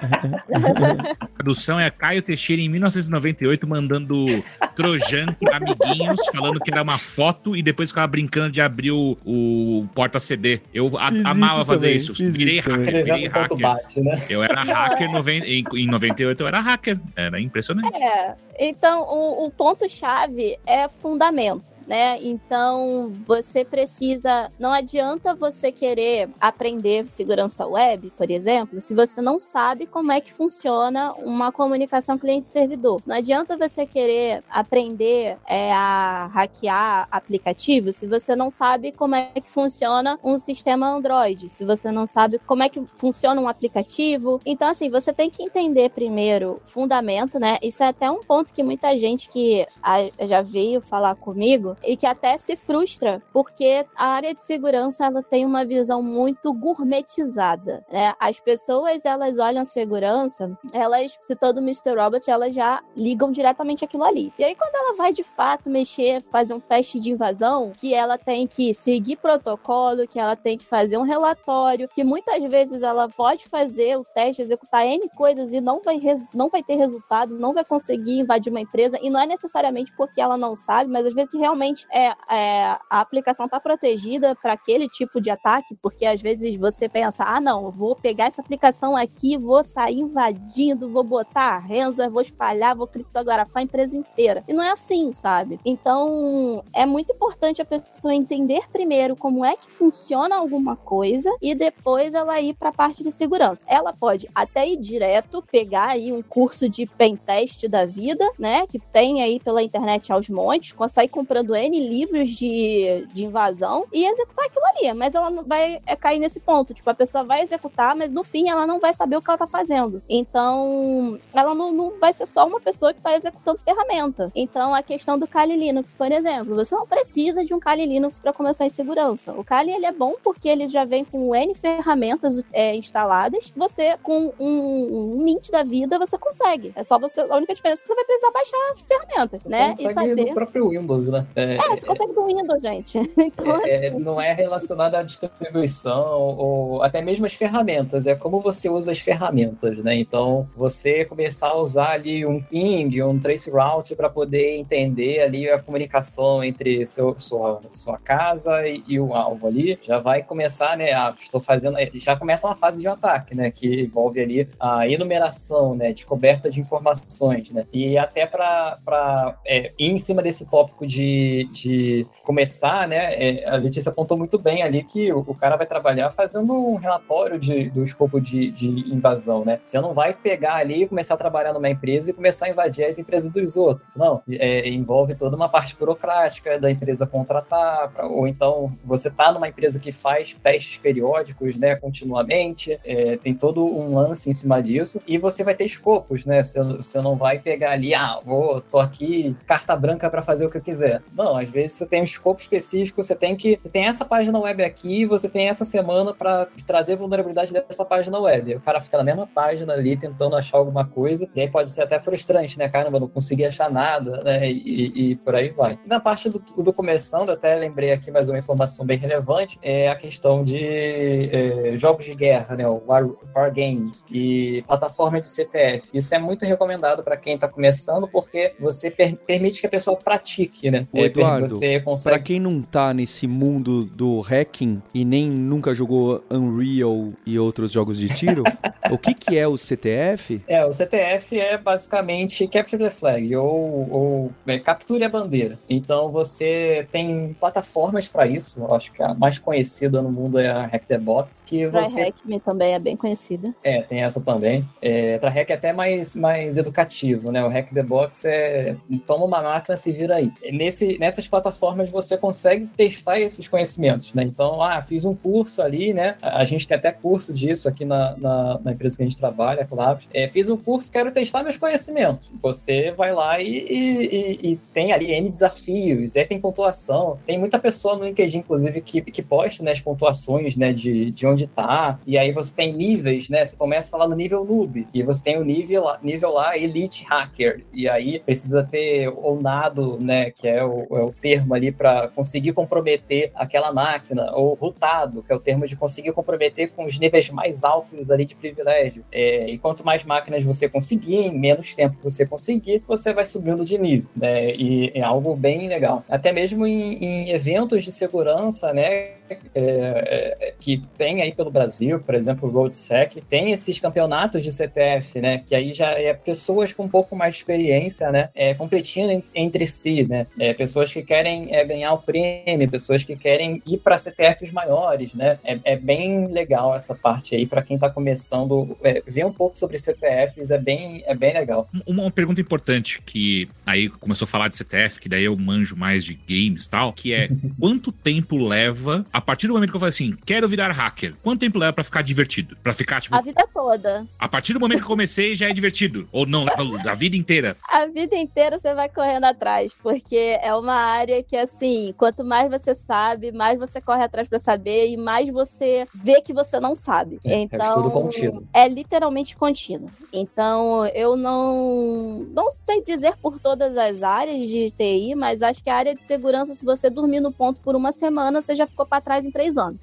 A tradução é Caio Teixeira em mil novecentos e noventa e oito mandando Trojan para amiguinhos, falando que era uma foto e depois ficava brincando de abrir o, o porta-C D. Eu a, amava fazer também, isso. Virei isso hacker, virei hacker. Bate, né? Eu era hacker noven... em, em noventa e oito, eu era hacker. Era impressionante. É, então o, o ponto-chave é fundamento. Né? Então, você precisa... Não adianta você querer aprender segurança web, por exemplo, se você não sabe como é que funciona uma comunicação cliente-servidor. Não adianta você querer aprender é, a hackear aplicativo se você não sabe como é que funciona um sistema Android, se você não sabe como é que funciona um aplicativo. Então, assim, você tem que entender primeiro fundamento, né? Isso é até um ponto que muita gente que já veio falar comigo e que até se frustra, porque a área de segurança ela tem uma visão muito gourmetizada, né? As pessoas, elas olham segurança, elas, citando o mister Robot, elas já ligam diretamente aquilo ali. E aí, quando ela vai, de fato, mexer, fazer um teste de invasão, que ela tem que seguir protocolo, que ela tem que fazer um relatório, que muitas vezes ela pode fazer o teste, executar N coisas e não vai, res- não vai ter resultado, não vai conseguir invadir uma empresa, e não é necessariamente porque ela não sabe, mas às vezes que realmente É, é, a aplicação está protegida para aquele tipo de ataque, porque às vezes você pensa, ah não, eu vou pegar essa aplicação aqui, vou sair invadindo, vou botar ransomware, vou espalhar, vou criptografar a empresa inteira. E não é assim, sabe? Então, é muito importante a pessoa entender primeiro como é que funciona alguma coisa e depois ela ir para a parte de segurança. Ela pode até ir direto, pegar aí um curso de pentest da vida, né, que tem aí pela internet aos montes, sair comprando lendo N livros de, de invasão e executar aquilo ali, mas ela não vai é, cair nesse ponto, tipo, a pessoa vai executar, mas no fim ela não vai saber o que ela tá fazendo. Então, ela não, não vai ser só uma pessoa que tá executando ferramenta. Então, a questão do Kali Linux, por exemplo, você não precisa de um Kali Linux para começar em segurança. O Kali, ele é bom porque ele já vem com N ferramentas é, instaladas. Você, com um, um Mint da vida, você consegue. É só você, a única diferença é que você vai precisar baixar as ferramentas, né? Consegue e saber... do próprio Windows, né? É, é você consegue do Windows, gente. Então, é, é, não é relacionado à distribuição ou até mesmo as ferramentas. É como você usa as ferramentas, né? Então, você começar a usar ali um ping, um traceroute para poder entender ali a comunicação entre seu, sua, sua casa e, e o alvo ali, já vai começar, né? Ah, estou fazendo... Já começa uma fase de um ataque, né? Que envolve ali a enumeração, né? Descoberta de informações, né? E até para é, ir em cima desse tópico de, de começar, né? É, a Letícia apontou muito bem ali que o, o cara vai trabalhar fazendo um relatório de, do escopo de, de invasão, né? Você não vai pegar ali e começar a trabalhar numa empresa e começar a invadir as empresas dos outros. Não. É, envolve toda uma parte burocrática da empresa contratar, pra, ou então você tá numa empresa que faz testes periódicos, né? Continuamente. É, tem todo um lance em cima disso. E você vai ter escopos, né? Você, você não vai pegar ali, ah, vou, tô aqui, carta branca para fazer o que eu quiser. Não, às vezes você tem um escopo específico, você tem que, você tem essa página web aqui, você tem essa semana para trazer vulnerabilidade dessa página web. O cara fica na mesma página ali, tentando achar alguma coisa, e aí pode ser até frustrante, né? Caramba, não consegui achar nada, né? E, e por aí vai. E na parte do, do começando, até lembrei aqui mais uma informação bem relevante, é a questão de é, jogos de guerra, né? O War, War Games e plataforma de C T F. Isso é muito recomendado para quem está começando, porque você per- permite que a pessoa pratique, né? Ô, Eduardo, você consegue... pra quem não tá nesse mundo do hacking e nem nunca jogou Unreal e outros jogos de tiro, o que que é o C T F? É, o C T F é basicamente Capture the Flag, ou, ou é, capture a bandeira. Então você tem plataformas para isso, eu acho que a mais conhecida no mundo é a Hack the Box, que você... TryHack também é bem conhecida. É, tem essa também. É, TryHack é até mais, mais educativo, né? O Hack the Box é toma uma máquina, se vira aí. Nesse, nessas plataformas você consegue testar esses conhecimentos, né? Então, ah, fiz um curso ali, né? A gente tem até curso disso aqui na, na, na empresa que a gente trabalha, claro. É, fiz um curso, quero testar meus conhecimentos. Você vai lá e, e, e, e tem ali N desafios, aí tem pontuação. Tem muita pessoa no LinkedIn, inclusive, que, que posta, né, as pontuações, né, de, de onde tá. E aí você tem níveis, né? Você começa lá no nível noob, e você tem o nível lá, nível lá Elite Hacker. E aí precisa ter ou nado, né, que é o, é o termo ali para conseguir comprometer aquela máquina, ou rootado, que é o termo de conseguir comprometer com os níveis mais altos ali de privilégio. É, e quanto mais máquinas você conseguir, em menos tempo você conseguir, você vai subindo de nível, né? E é algo bem legal. Até mesmo em, em eventos de segurança, né, é, é, que tem aí pelo Brasil, por exemplo, o RoadSec, tem esses campeonatos de C T F, né, que aí já é pessoas com um pouco mais de experiência, né, é, competindo entre si, né, é, pessoas que querem é, ganhar o prêmio, pessoas que querem ir para C T Fs maiores, né, é, é bem legal essa parte aí para quem está começando, é, ver um pouco sobre C T Fs é bem, é bem legal. Uma, uma pergunta importante que aí começou a falar de C T F, que daí eu manjo mais de games e tal, que é quanto tempo leva, a partir do momento que eu falei assim, quero virar hacker, quanto tempo leva pra ficar divertido? Pra ficar, tipo... A vida toda. A partir do momento que eu comecei, já é divertido? Ou não, leva a vida inteira? A vida inteira você vai correndo atrás, porque é uma área que, assim, quanto mais você sabe, mais você corre atrás pra saber e mais você vê que você não sabe. É, então, é tudo contínuo. É literalmente contínuo. Então, eu não, não sei dizer por todas as áreas de T I, mas acho que a área de segurança, se você dormir no ponto por uma semana, você já ficou pra trás em três anos.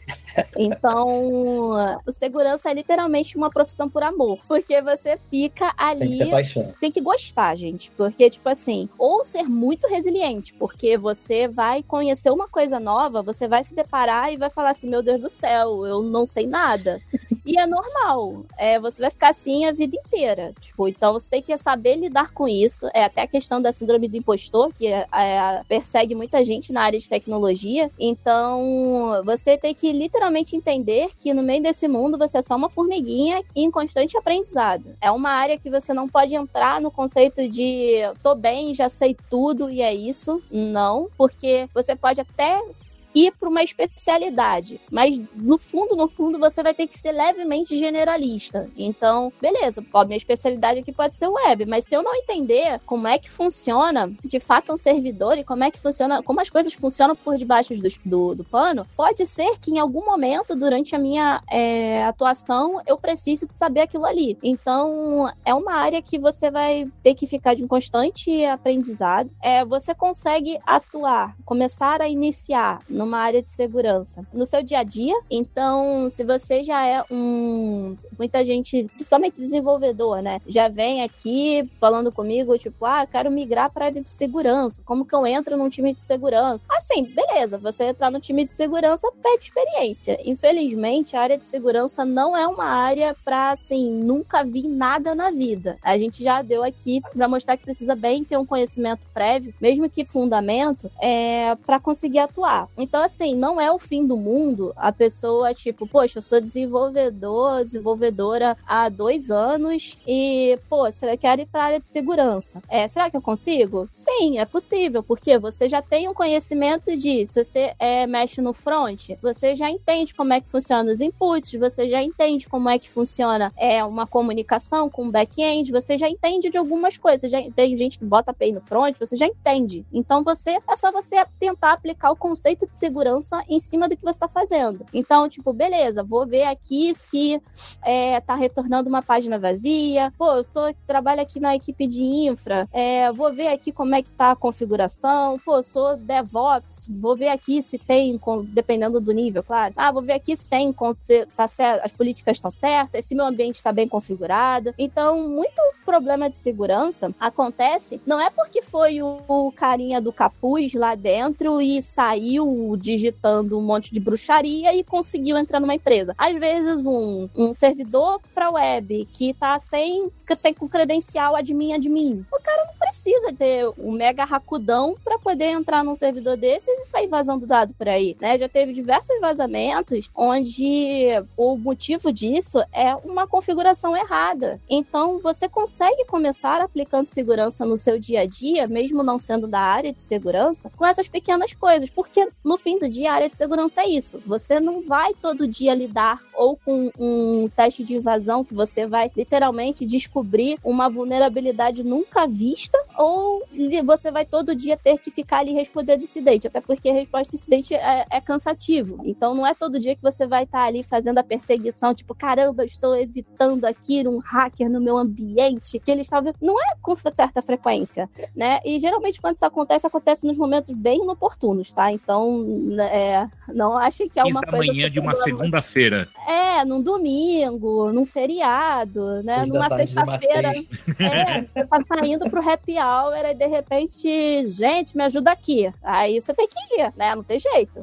Então, o segurança é literalmente uma profissão por amor, porque você fica ali... Tem que ter paixão. Tem que gostar, gente, porque, tipo assim, ou ser muito resiliente, porque você vai conhecer uma coisa nova, você vai se deparar e vai falar assim, meu Deus do céu, eu não sei nada. E é normal. É, você vai ficar assim a vida inteira. Tipo, então você tem que saber lidar com isso. É até a questão da síndrome do impostor, que é, é, persegue muita gente na área de tecnologia. Então, você tem que literalmente entender que no meio desse mundo você é só uma formiguinha em constante aprendizado. É uma área que você não pode entrar no conceito de tô bem, já sei tudo e é isso. Não, porque você pode até ir para uma especialidade, mas no fundo, no fundo, você vai ter que ser levemente generalista. Então, beleza, pode, minha especialidade aqui pode ser web, mas se eu não entender como é que funciona, de fato, um servidor e como é que funciona, como as coisas funcionam por debaixo do, do, do pano, pode ser que em algum momento, durante a minha é, atuação, eu precise de saber aquilo ali. Então, é uma área que você vai ter que ficar de um constante aprendizado. É, você consegue atuar, começar a iniciar no numa área de segurança no seu dia a dia. Então, se você já é um... Muita gente, principalmente desenvolvedor, né? Já vem aqui falando comigo, tipo, ah, quero migrar para a área de segurança. Como que eu entro num time de segurança? Assim, beleza, você entrar no time de segurança pede experiência. Infelizmente, a área de segurança não é uma área para, assim, nunca vi nada na vida. A gente já deu aqui para mostrar que precisa bem ter um conhecimento prévio, mesmo que fundamento, é, para conseguir atuar. Então, assim, não é o fim do mundo a pessoa, tipo, poxa, eu sou desenvolvedor, desenvolvedora há dois anos e, pô, será que eu quero ir para a área de segurança? É, será que eu consigo? Sim, é possível, porque você já tem um conhecimento de, se você é, mexe no front, você já entende como é que funciona os inputs, você já entende como é que funciona é, uma comunicação com o back-end, você já entende de algumas coisas, já tem gente que bota A P I no front, você já entende. Então, você, é só você tentar aplicar o conceito de segurança em cima do que você está fazendo. Então, tipo, beleza, vou ver aqui se é, tá retornando uma página vazia. Pô, eu estou, trabalho aqui na equipe de infra, é, vou ver aqui como é que tá a configuração. Pô, eu sou DevOps, vou ver aqui se tem, dependendo do nível, claro. Ah, vou ver aqui se tem, se tá certo, as políticas estão certas, se meu ambiente está bem configurado. Então, muito problema de segurança acontece, não é porque foi o, o carinha do capuz lá dentro e saiu digitando um monte de bruxaria e conseguiu entrar numa empresa. Às vezes, um, um servidor para web que tá sem, sem com credencial admin admin. O cara não precisa ter um mega racudão para poder entrar num servidor desses e sair vazando dado por aí, né? Já teve diversos vazamentos onde o motivo disso é uma configuração errada. Então, você consegue começar aplicando segurança no seu dia a dia, mesmo não sendo da área de segurança, com essas pequenas coisas, porque no fim do dia, a área de segurança é isso. Você não vai todo dia lidar ou com um teste de invasão que você vai literalmente descobrir uma vulnerabilidade nunca vista, ou você vai todo dia ter que ficar ali respondendo incidente, até porque a resposta incidente é, é cansativo. Então não é todo dia que você vai estar ali fazendo a perseguição, tipo, caramba, eu estou evitando aqui um hacker no meu ambiente, que ele está... Não é com certa frequência, né? E geralmente quando isso acontece, acontece nos momentos bem inoportunos, tá? Então, é, não achem que é uma coisa... manhã de uma segunda-feira. É, num domingo, num feriado, né? Numa sexta-feira. É, você tá saindo pro happy hour e de repente, gente, me ajuda aqui. Aí você tem que ir, né? Não tem jeito.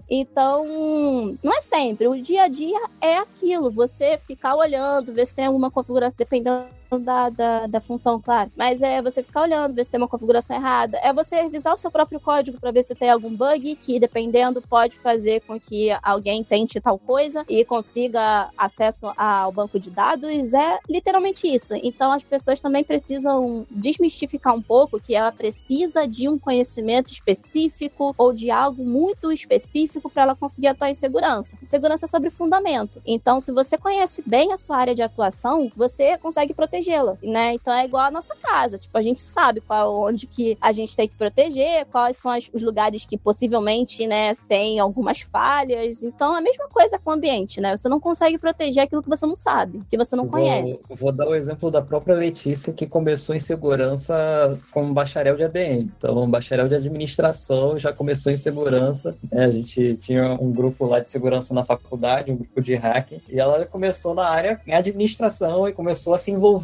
Então, não é sempre. O dia a dia é aquilo. Você ficar olhando, ver se tem alguma configuração, dependendo Da, da, da função, claro. Mas é você ficar olhando, ver se tem uma configuração errada. É você revisar o seu próprio código para ver se tem algum bug que, dependendo, pode fazer com que alguém tente tal coisa e consiga acesso ao banco de dados. É literalmente isso. Então, as pessoas também precisam desmistificar um pouco que ela precisa de um conhecimento específico ou de algo muito específico para ela conseguir atuar em segurança. Segurança é sobre fundamento. Então, se você conhece bem a sua área de atuação, você consegue proteger protegê-la, né? Então é igual a nossa casa, tipo, a gente sabe qual, onde que a gente tem que proteger, quais são as, os lugares que possivelmente, né, tem algumas falhas. Então é a mesma coisa com o ambiente, né? Você não consegue proteger aquilo que você não sabe, que você não vou, conhece. Vou dar o exemplo da própria Letícia, que começou em segurança como bacharel de A D M. Então, bacharel de administração, já começou em segurança, né? A gente tinha um grupo lá de segurança na faculdade, um grupo de hacking, e ela começou na área em administração e começou a se envolver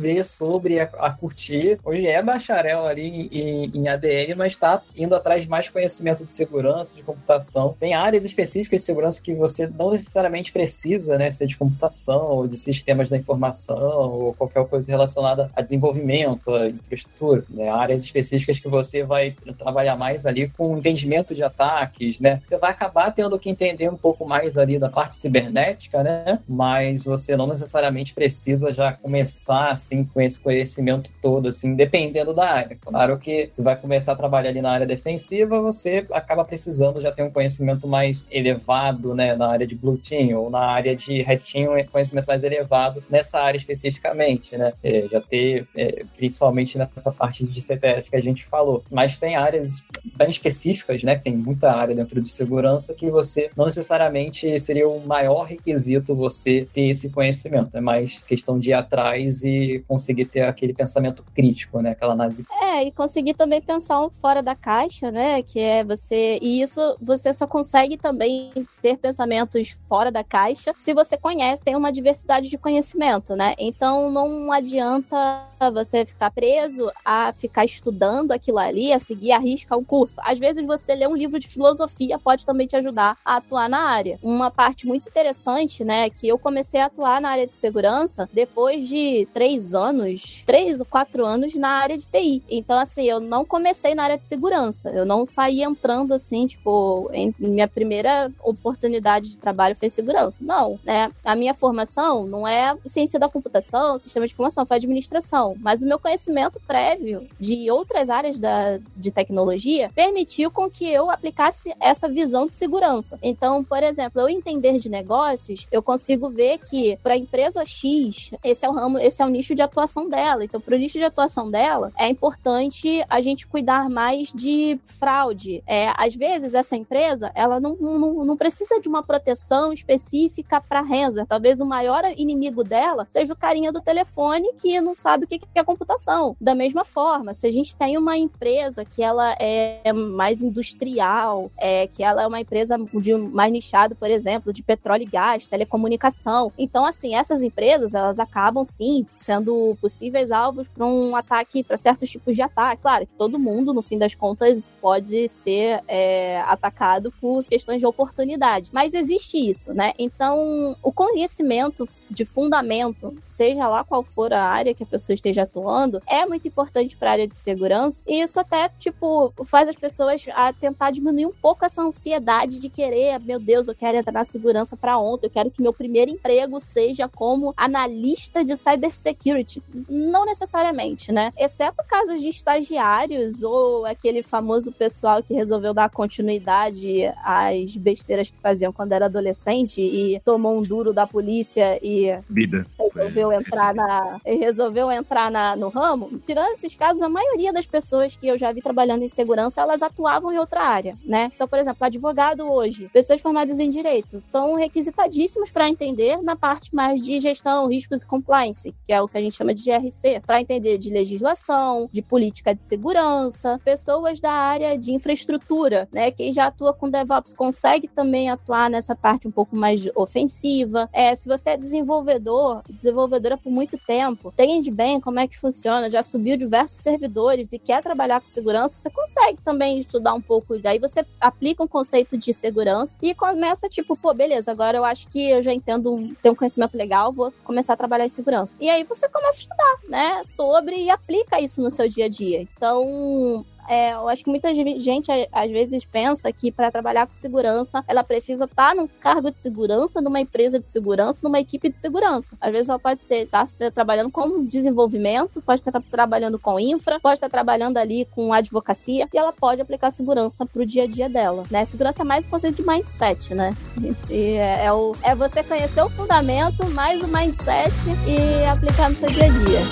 aprender sobre, a, a curtir. Hoje é bacharel ali em, em A D M, mas está indo atrás de mais conhecimento de segurança, de computação. Tem áreas específicas de segurança que você não necessariamente precisa, né, ser de computação ou de sistemas da informação ou qualquer coisa relacionada a desenvolvimento, a infraestrutura, né? Áreas específicas que você vai trabalhar mais ali com entendimento de ataques, né? Você vai acabar tendo que entender um pouco mais ali da parte cibernética, né? Mas você não necessariamente precisa já começar, assim, com esse conhecimento todo, assim, dependendo da área. Claro que você vai começar a trabalhar ali na área defensiva, você acaba precisando já ter um conhecimento mais elevado, né? Na área de Blue Team, ou na área de Red Team, um conhecimento mais elevado nessa área especificamente, né? É, já ter, é, principalmente nessa parte de C T F que a gente falou. Mas tem áreas bem específicas, né? Tem muita área dentro de segurança que você não necessariamente seria o maior requisito você ter esse conhecimento. É mais questão de ir atrás e conseguir ter aquele pensamento crítico, né? Aquela análise. É, e conseguir também pensar fora da caixa, né? Que é você... E isso você só consegue também ter pensamentos fora da caixa se você conhece, tem uma diversidade de conhecimento, né? Então não adianta você ficar preso a ficar estudando aquilo ali, a seguir a risca o curso. Às vezes você ler um livro de filosofia pode também te ajudar a atuar na área. Uma parte muito interessante, né, que eu comecei a atuar na área de segurança depois de três anos, três ou quatro anos na área de T I. Então, assim, eu não comecei na área de segurança. Eu não saí entrando, assim, tipo, em minha primeira oportunidade de trabalho foi segurança. Não, né? A minha formação não é ciência da computação, sistema de informação, foi administração. Mas o meu conhecimento prévio de outras áreas da, de tecnologia permitiu com que eu aplicasse essa visão de segurança. Então, por exemplo, eu entender de negócios, eu consigo ver que para a empresa X, esse é o ramo, esse é o nicho de atuação dela. Então, para o nicho de atuação dela, é importante a gente cuidar mais de fraude. É, às vezes, essa empresa, ela não, não, não precisa de uma proteção específica para ransomware. Talvez o maior inimigo dela seja o carinha do telefone que não sabe o que é computação. Da mesma forma, se a gente tem uma empresa que ela é mais industrial, é, que ela é uma empresa de mais nichado, por exemplo, de petróleo e gás, telecomunicação. Então, assim, essas empresas, elas acabam, sim, sendo possíveis alvos para um ataque, para certos tipos de ataque. Claro que todo mundo, no fim das contas, pode ser é, atacado por questões de oportunidade. Mas existe isso, né? Então, o conhecimento de fundamento, seja lá qual for a área que a pessoa esteja atuando, é muito importante para a área de segurança. E isso até, tipo, faz as pessoas a tentar diminuir um pouco essa ansiedade de querer, meu Deus, eu quero entrar na segurança para ontem, eu quero que meu primeiro emprego seja como analista de cybersecurity. Não necessariamente, né? Exceto casos de estagiários ou aquele famoso pessoal que resolveu dar continuidade às besteiras que faziam quando era adolescente e tomou um duro da polícia e Vida. resolveu entrar, na, resolveu entrar na, no ramo. Tirando esses casos, a maioria das pessoas que eu já vi trabalhando em segurança, elas atuavam em outra área, né? Então, por exemplo, advogado hoje, pessoas formadas em direito, são requisitadíssimos para entender na parte mais de gestão, riscos e compliance, que é o que a gente chama de G R C, para entender de legislação, de política de segurança, pessoas da área de infraestrutura, né? Quem já atua com DevOps consegue também atuar nessa parte um pouco mais ofensiva. É, se você é desenvolvedor, desenvolvedora por muito tempo, entende bem como é que funciona, já subiu diversos servidores e quer trabalhar com segurança, você consegue também estudar um pouco, daí você aplica um conceito de segurança e começa tipo, pô, beleza, agora eu acho que eu já entendo, tenho um conhecimento legal, vou começar a trabalhar em segurança. E aí você começa a estudar, né, sobre e aplica isso no seu dia a dia. Então, É, eu acho que muita gente, às vezes, pensa que para trabalhar com segurança, ela precisa estar num cargo de segurança, numa empresa de segurança, numa equipe de segurança. Às vezes, ela pode ser, tá, ser trabalhando com desenvolvimento, pode estar trabalhando com infra, pode estar trabalhando ali com advocacia, e ela pode aplicar segurança pro dia a dia dela, né? Segurança é mais um conceito de mindset, né? E é, é, o, é você conhecer o fundamento, mais o mindset e aplicar no seu dia a dia.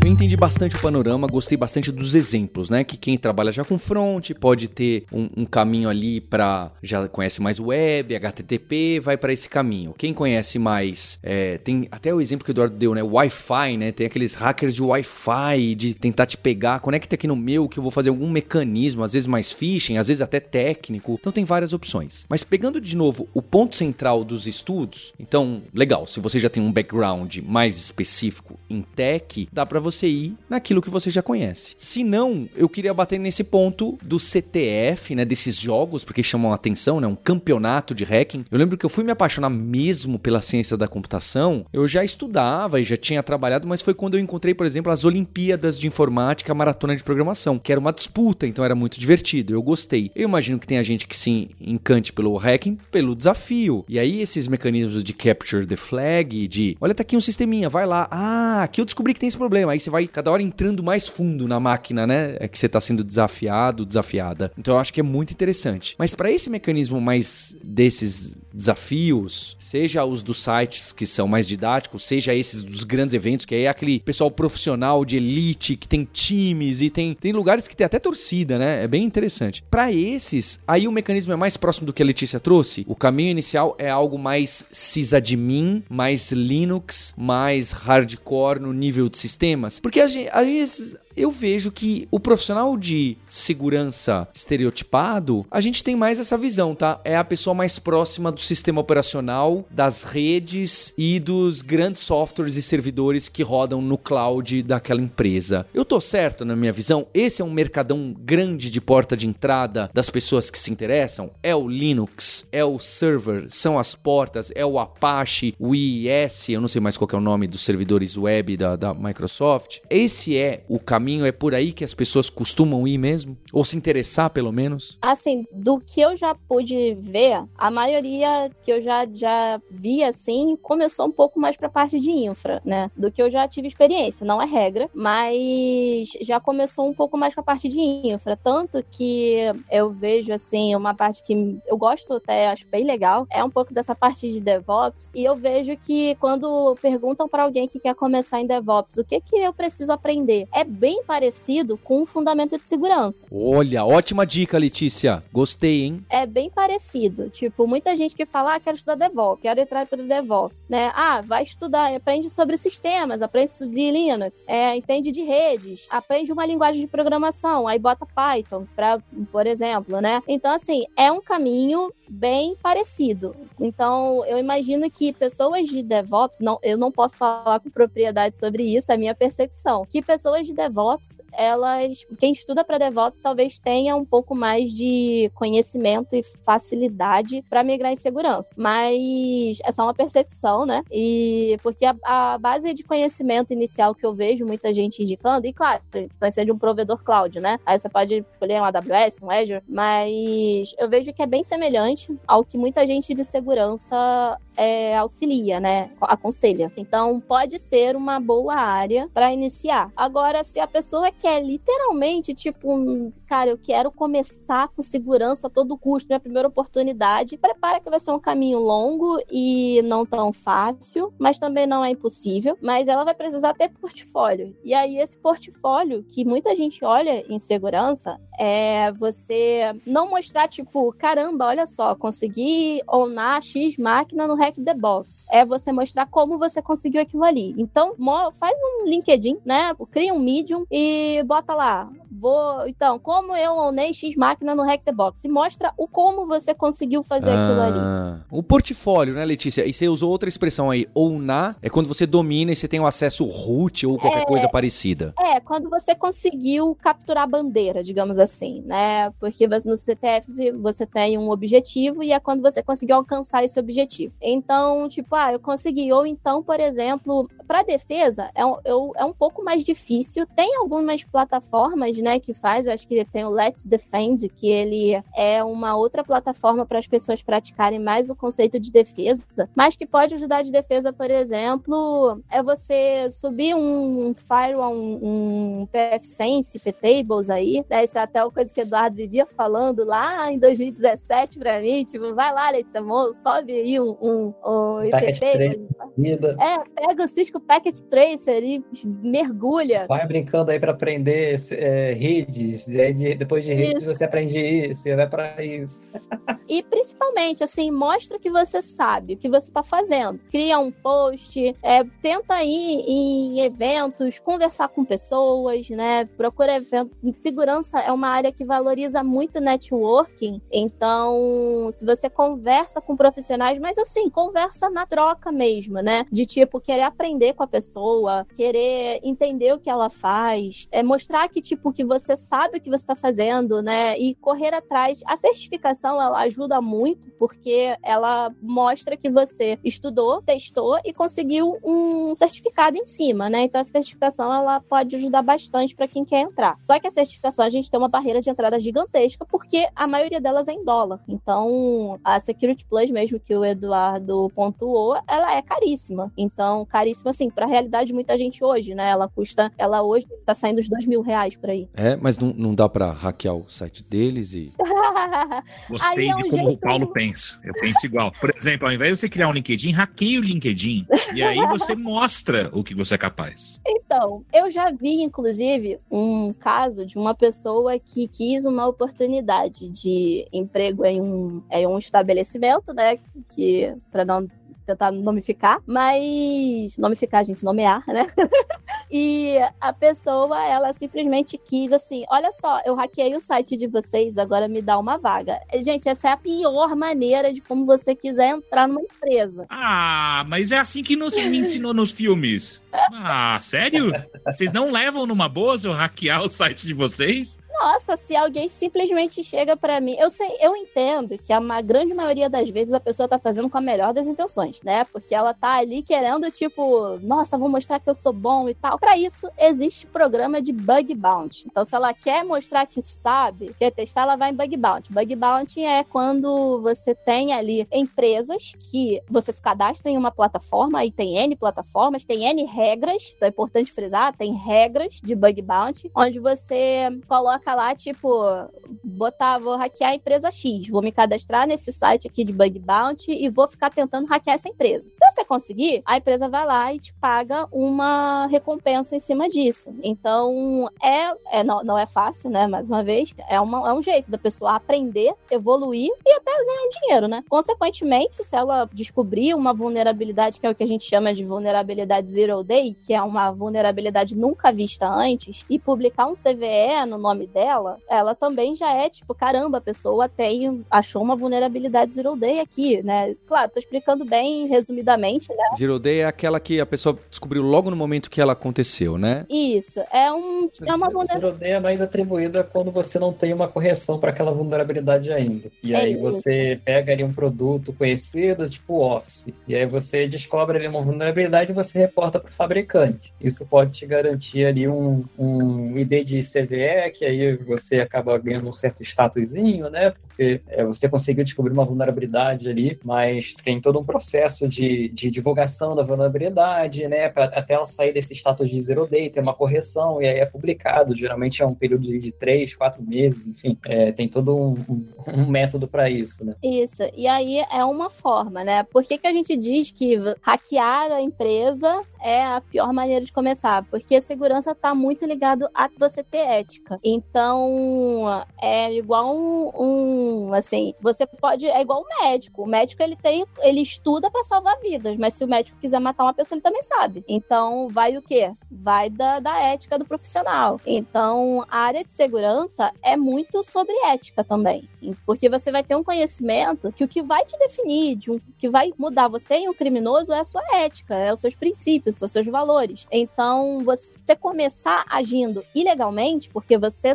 Eu entendi bastante o panorama, gostei bastante dos exemplos, né? Que quem trabalha já com front pode ter um, um caminho ali para já conhece mais web, H T T P, vai para esse caminho. Quem conhece mais, é, tem até o exemplo que o Eduardo deu, né? Wi-Fi, né? Tem aqueles hackers de Wi-Fi, de tentar te pegar, conecta aqui no meu que eu vou fazer algum mecanismo, às vezes mais phishing, às vezes até técnico. Então tem várias opções. Mas pegando de novo o ponto central dos estudos, então, legal, se você já tem um background mais específico em tech, dá para você ir naquilo que você já conhece. Se não, eu queria bater nesse ponto do C T F, né, desses jogos, porque chamam a atenção, né, um campeonato de hacking. Eu lembro que eu fui me apaixonar mesmo pela ciência da computação, eu já estudava e já tinha trabalhado, mas foi quando eu encontrei, por exemplo, as Olimpíadas de Informática, a Maratona de Programação, que era uma disputa, então era muito divertido, eu gostei. Eu imagino que tem a gente que se encante pelo hacking, pelo desafio. E aí esses mecanismos de capture the flag, de, olha, tá aqui um sisteminha, vai lá, ah, aqui eu descobri que tem esse problema, aí você vai cada hora entrando mais fundo na máquina, né? É que você tá sendo desafiado, desafiada. Então eu acho que é muito interessante. Mas para esse mecanismo mais desses desafios, seja os dos sites que são mais didáticos, seja esses dos grandes eventos, que aí é aquele pessoal profissional de elite, que tem times e tem, tem lugares que tem até torcida, né? É bem interessante. Para esses, aí o mecanismo é mais próximo do que a Letícia trouxe. O caminho inicial é algo mais sysadmin, mais Linux, mais hardcore no nível de sistemas. Porque a gente, a gente eu vejo que o profissional de segurança estereotipado, a gente tem mais essa visão, tá? É a pessoa mais próxima do sistema operacional, das redes e dos grandes softwares e servidores que rodam no cloud daquela empresa. Eu tô certo na minha visão? Esse é um mercadão grande de porta de entrada das pessoas que se interessam? É o Linux, é o server, são as portas, é o Apache, o I I S, eu não sei mais qual que é o nome dos servidores web da, da Microsoft. Esse é o caminho, é por aí que as pessoas costumam ir mesmo? Ou se interessar, pelo menos? Assim, do que eu já pude ver, a maioria que eu já, já vi, assim, começou um pouco mais pra parte de infra, né? Do que eu já tive experiência. Não é regra, mas já começou um pouco mais com a parte de infra. Tanto que eu vejo, assim, uma parte que eu gosto até, acho bem legal, é um pouco dessa parte de DevOps. E eu vejo que quando perguntam pra alguém que quer começar em DevOps, o que que eu preciso aprender? É bem parecido com o fundamento de segurança. Olha, ótima dica, Letícia. Gostei, hein? É bem parecido. Tipo, muita gente que fala, ah, quero estudar DevOps, quero entrar para o DevOps, né? Ah, vai estudar, aprende sobre sistemas, aprende sobre Linux, é, entende de redes, aprende uma linguagem de programação, aí bota Python, pra, por exemplo, né? Então, assim, é um caminho bem parecido. Então, eu imagino que pessoas de DevOps, não, eu não posso falar com propriedade sobre isso, é a minha percepção, que pessoas de DevOps, elas, quem estuda para DevOps talvez tenha um pouco mais de conhecimento e facilidade para migrar em segurança, mas essa é uma percepção, né? E porque a, a base de conhecimento inicial que eu vejo muita gente indicando, e claro, vai ser de um provedor cloud, né? Aí você pode escolher um A W S, um Azure, mas eu vejo que é bem semelhante ao que muita gente de segurança é, auxilia, né? Aconselha. Então, pode ser uma boa área para iniciar. Agora, se a pessoa quer literalmente, tipo, um, cara, eu quero começar com segurança a todo custo, minha primeira oportunidade, prepara que vai ser um caminho longo e não tão fácil, mas também não é impossível, mas ela vai precisar ter portfólio. E aí, esse portfólio que muita gente olha em segurança é você não mostrar, tipo, caramba, olha só, consegui ownar X máquina no Hack the Box. É você mostrar como você conseguiu aquilo ali. Então, faz um LinkedIn, né? Cria um Medium e bota lá. Vou, então, como eu ownei X máquina no Hack the Box. E mostra o como você conseguiu fazer ah, aquilo ali. O portfólio, né, Letícia? E você usou outra expressão aí. Ownar é quando você domina e você tem o acesso root ou qualquer é, coisa parecida. É, quando você conseguiu capturar a bandeira, digamos assim, né? Porque no C T F você tem um objetivo e é quando você conseguiu alcançar esse objetivo. Então, tipo, ah, eu consegui. Ou então, por exemplo, para defesa é um, eu, é um pouco mais difícil. Tem algumas plataformas, né, que faz, eu acho que tem o Let's Defend, que ele é uma outra plataforma para as pessoas praticarem mais o conceito de defesa, mas que pode ajudar de defesa, por exemplo, é você subir um firewall, um, um P F Sense, P-Tables aí, né, isso é até uma coisa que o Eduardo vivia falando lá em dois mil e dezessete pra mim, tipo, vai lá, Letícia, sobe aí um, um, um Packet I P Table. É, pega o Cisco Packet Tracer e mergulha. Vai brincando aí para aprender é, redes, e aí de, depois de redes isso. Você aprende isso, você vai para isso. E principalmente, assim, mostra que você sabe o que você está fazendo. Cria um post, é, tenta ir em eventos, conversar com pessoas, né? Procura eventos. Segurança é uma área que valoriza muito networking, então se você conversa com profissionais, mas assim, conversa na troca mesmo, né? De tipo, querer aprender com a pessoa, querer entender o que ela faz, é mostrar que, tipo, que você sabe o que você está fazendo, né? E correr atrás. A certificação, ela ajuda muito, porque ela mostra que você estudou, testou e conseguiu um certificado em cima, né? Então, a certificação, ela pode ajudar bastante para quem quer entrar. Só que a certificação, a gente tem uma barreira de entrada gigantesca, porque a maioria delas é em dólar. Então, a Security Plus mesmo, que o Eduardo pontuou, ela é caríssima. Então, caríssima, assim, pra realidade de muita gente hoje, né? Ela custa, ela hoje tá saindo os dois mil reais por aí. É, mas não, não dá pra hackear o site deles e... Gostei é um de como jeito... o Paulo pensa. Eu penso igual. Por exemplo, ao invés de você criar um LinkedIn, hackeie o LinkedIn. E aí você mostra o que você é capaz. Então, eu já vi, inclusive, um caso de uma pessoa que quis uma oportunidade de emprego em um, em um estabelecimento, né? Que, para não tentar nomificar, mas... Nomificar, gente, nomear, né? E a pessoa, ela simplesmente quis assim, olha só, eu hackeei o site de vocês, agora me dá uma vaga. Gente, essa é a pior maneira de como você quiser entrar numa empresa. Ah, mas é assim que nos, me ensinou nos filmes. Ah, sério? Vocês não levam numa boa se eu hackear o site de vocês? Nossa, se alguém simplesmente chega pra mim... Eu sei, eu entendo que a ma- grande maioria das vezes a pessoa tá fazendo com a melhor das intenções, né? Porque ela tá ali querendo, tipo... Nossa, vou mostrar que eu sou bom e tal. Pra isso, existe programa de bug bounty. Então, se ela quer mostrar que sabe, quer testar, ela vai em bug bounty. Bug bounty é quando você tem ali empresas que você se cadastra em uma plataforma, e tem N plataformas, tem N regras, então é importante frisar, tem regras de bug bounty, onde você coloca lá, tipo, botar, vou hackear a empresa X, vou me cadastrar nesse site aqui de bug bounty e vou ficar tentando hackear essa empresa. Se você conseguir, a empresa vai lá e te paga uma recompensa em cima disso. Então, é, é não, não é fácil, né? Mais uma vez, é, uma, é um jeito da pessoa aprender, evoluir e até ganhar um dinheiro, né? Consequentemente, se ela descobrir uma vulnerabilidade, que é o que a gente chama de vulnerabilidade zero day, que é uma vulnerabilidade nunca vista antes, e publicar um C V E no nome dela, ela também já é tipo, caramba, a pessoa tem, achou uma vulnerabilidade zero day aqui, né? Claro, tô explicando bem resumidamente, né? Zero day é aquela que a pessoa descobriu logo no momento que ela aconteceu, né? Isso, é, um, é uma vulnerabilidade. Zero day é mais atribuída quando você não tem uma correção para aquela vulnerabilidade ainda. E É aí isso. você pega ali um produto conhecido, tipo Office, e aí você descobre ali uma vulnerabilidade e você reporta para o fabricante. Isso pode te garantir ali um, um I D de C V E, que aí você acaba ganhando um certo statusinho, né? Porque é, você conseguiu descobrir uma vulnerabilidade ali, mas tem todo um processo de, de divulgação da vulnerabilidade, né? Para até ela sair desse status de zero day, ter uma correção, e aí é publicado. Geralmente é um período de três, quatro meses, enfim. É, tem todo um, um, um método para isso, né? Isso, e aí é uma forma, né? Por que que a gente diz que hackear a empresa é a pior maneira de começar? Porque a segurança está muito ligado a você ter ética. Então, é igual um, um, assim, você pode, é igual um médico. O médico, ele tem, ele estuda para salvar vidas, mas se o médico quiser matar uma pessoa, ele também sabe. Então, vai o quê? Vai da, da ética do profissional. Então, a área de segurança é muito sobre ética também. Porque você vai ter um conhecimento que o que vai te definir, de um, que vai mudar você em um criminoso é a sua ética, é os seus princípios, são os seus valores. Então, você começar agindo ilegalmente, porque você não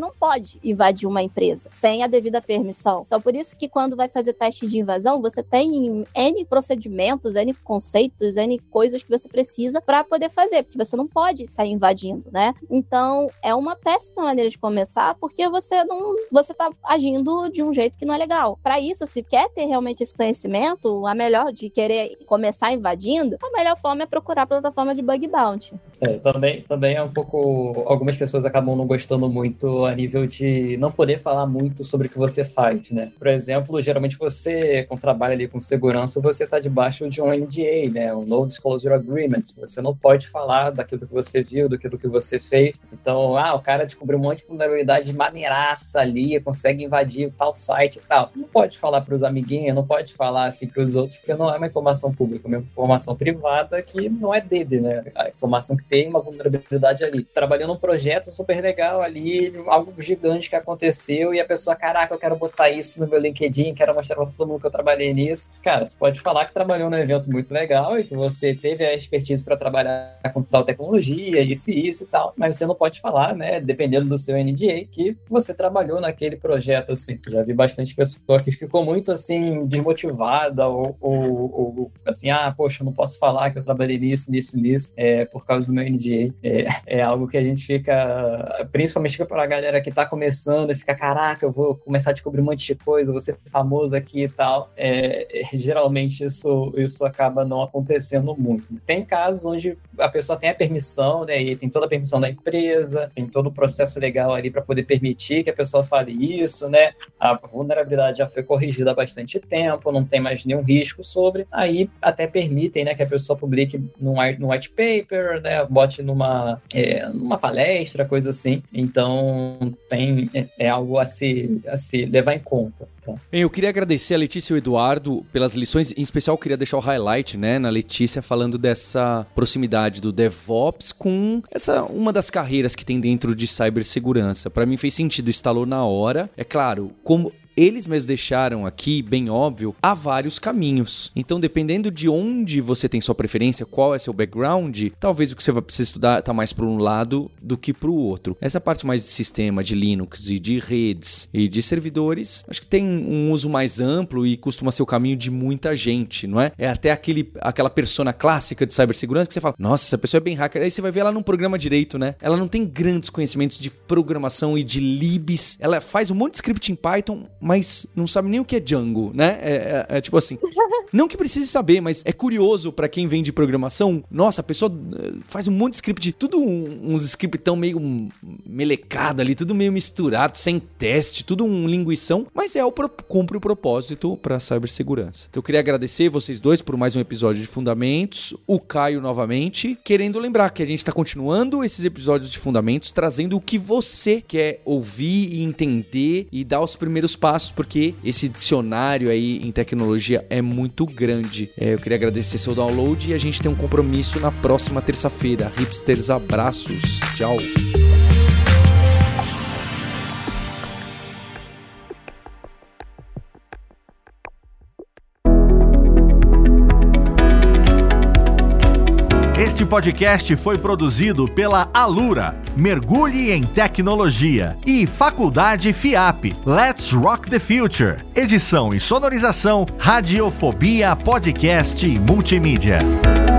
não pode invadir uma empresa sem a devida permissão. Então, por isso que quando vai fazer teste de invasão, você tem N procedimentos, N conceitos, N coisas que você precisa para poder fazer, porque você não pode sair invadindo, né? Então, é uma péssima maneira de começar, porque você não, você tá agindo de um jeito que não é legal. Para isso, se quer ter realmente esse conhecimento, a melhor de querer começar invadindo, a melhor forma é procurar a plataforma de bug bounty. É, também, também é um pouco... Algumas pessoas acabam não gostando muito a nível de não poder falar muito sobre o que você faz, né? Por exemplo, geralmente você, com trabalho ali com segurança, você está debaixo de um N D A, né? Um No Disclosure Agreement. Você não pode falar daquilo que você viu, daquilo que você fez. Então, ah, o cara descobriu um monte de vulnerabilidade de maneiraça ali, consegue invadir tal site e tal. Não pode falar para os amiguinhos, não pode falar assim para os outros, porque não é uma informação pública, é uma informação privada que não é dele, né? A informação que tem uma vulnerabilidade ali. Trabalhando num projeto super legal ali, algo gigante que aconteceu e a pessoa, caraca, eu quero botar isso no meu LinkedIn, quero mostrar pra todo mundo que eu trabalhei nisso. Cara, você pode falar que trabalhou num evento muito legal e que você teve a expertise para trabalhar com tal tecnologia, isso e isso e tal, mas você não pode falar, né, dependendo do seu N D A, que você trabalhou naquele projeto, assim. Já vi bastante pessoa que ficou muito, assim, desmotivada ou, ou, ou assim, ah, poxa, eu não posso falar que eu trabalhei nisso, nisso, nisso, é, por causa do meu N D A. É, é algo que a gente fica, principalmente para a galera que tá começando e fica, caraca, eu vou começar a descobrir um monte de coisa, vou ser famoso aqui e tal. É, é, geralmente isso, isso acaba não acontecendo muito. Tem casos onde a pessoa tem a permissão, né, e tem toda a permissão da empresa, tem todo o processo legal ali para poder permitir que a pessoa fale isso, né? A vulnerabilidade já foi corrigida há bastante tempo, não tem mais nenhum risco sobre, aí até permitem, né, que a pessoa publique num, num white paper, né, bote numa, é, numa palestra, coisa assim. Então, tem, é, é algo a se, a se levar em conta. Tá? Eu queria agradecer a Letícia e o Eduardo pelas lições, em especial eu queria deixar o highlight, né, na Letícia falando dessa proximidade do DevOps com essa, uma das carreiras que tem dentro de cibersegurança. Para mim fez sentido, instalou na hora. É claro, como eles mesmos deixaram aqui, bem óbvio, há vários caminhos. Então, dependendo de onde você tem sua preferência, qual é seu background, talvez o que você vai precisar estudar tá mais para um lado do que para o outro. Essa parte mais de sistema, de Linux e de redes e de servidores, acho que tem um uso mais amplo e costuma ser o caminho de muita gente, não é? É até aquele, aquela persona clássica de cibersegurança que você fala, nossa, essa pessoa é bem hacker. Aí você vai ver ela num programa direito, né? Ela não tem grandes conhecimentos de programação e de libs. Ela faz um monte de script em Python, mas não sabe nem o que é Django, né? É, é, é tipo assim, não que precise saber, mas é curioso pra quem vem de programação. Nossa, a pessoa faz um monte de script, tudo um, uns scriptão meio melecado ali, tudo meio misturado, sem teste, tudo um linguição, mas é o pro, cumpre o propósito pra cibersegurança. Então eu queria agradecer vocês dois por mais um episódio de Fundamentos, o Caio novamente, querendo lembrar que a gente tá continuando esses episódios de Fundamentos, trazendo o que você quer ouvir e entender e dar os primeiros passos, porque esse dicionário aí em tecnologia é muito grande. É, eu queria agradecer seu download e a gente tem um compromisso na próxima terça-feira. Hipsters, abraços. Tchau. Este podcast foi produzido pela Alura, Mergulhe em Tecnologia, e Faculdade FIAP, Let's Rock the Future. Edição e sonorização, Radiofobia Podcast e Multimídia.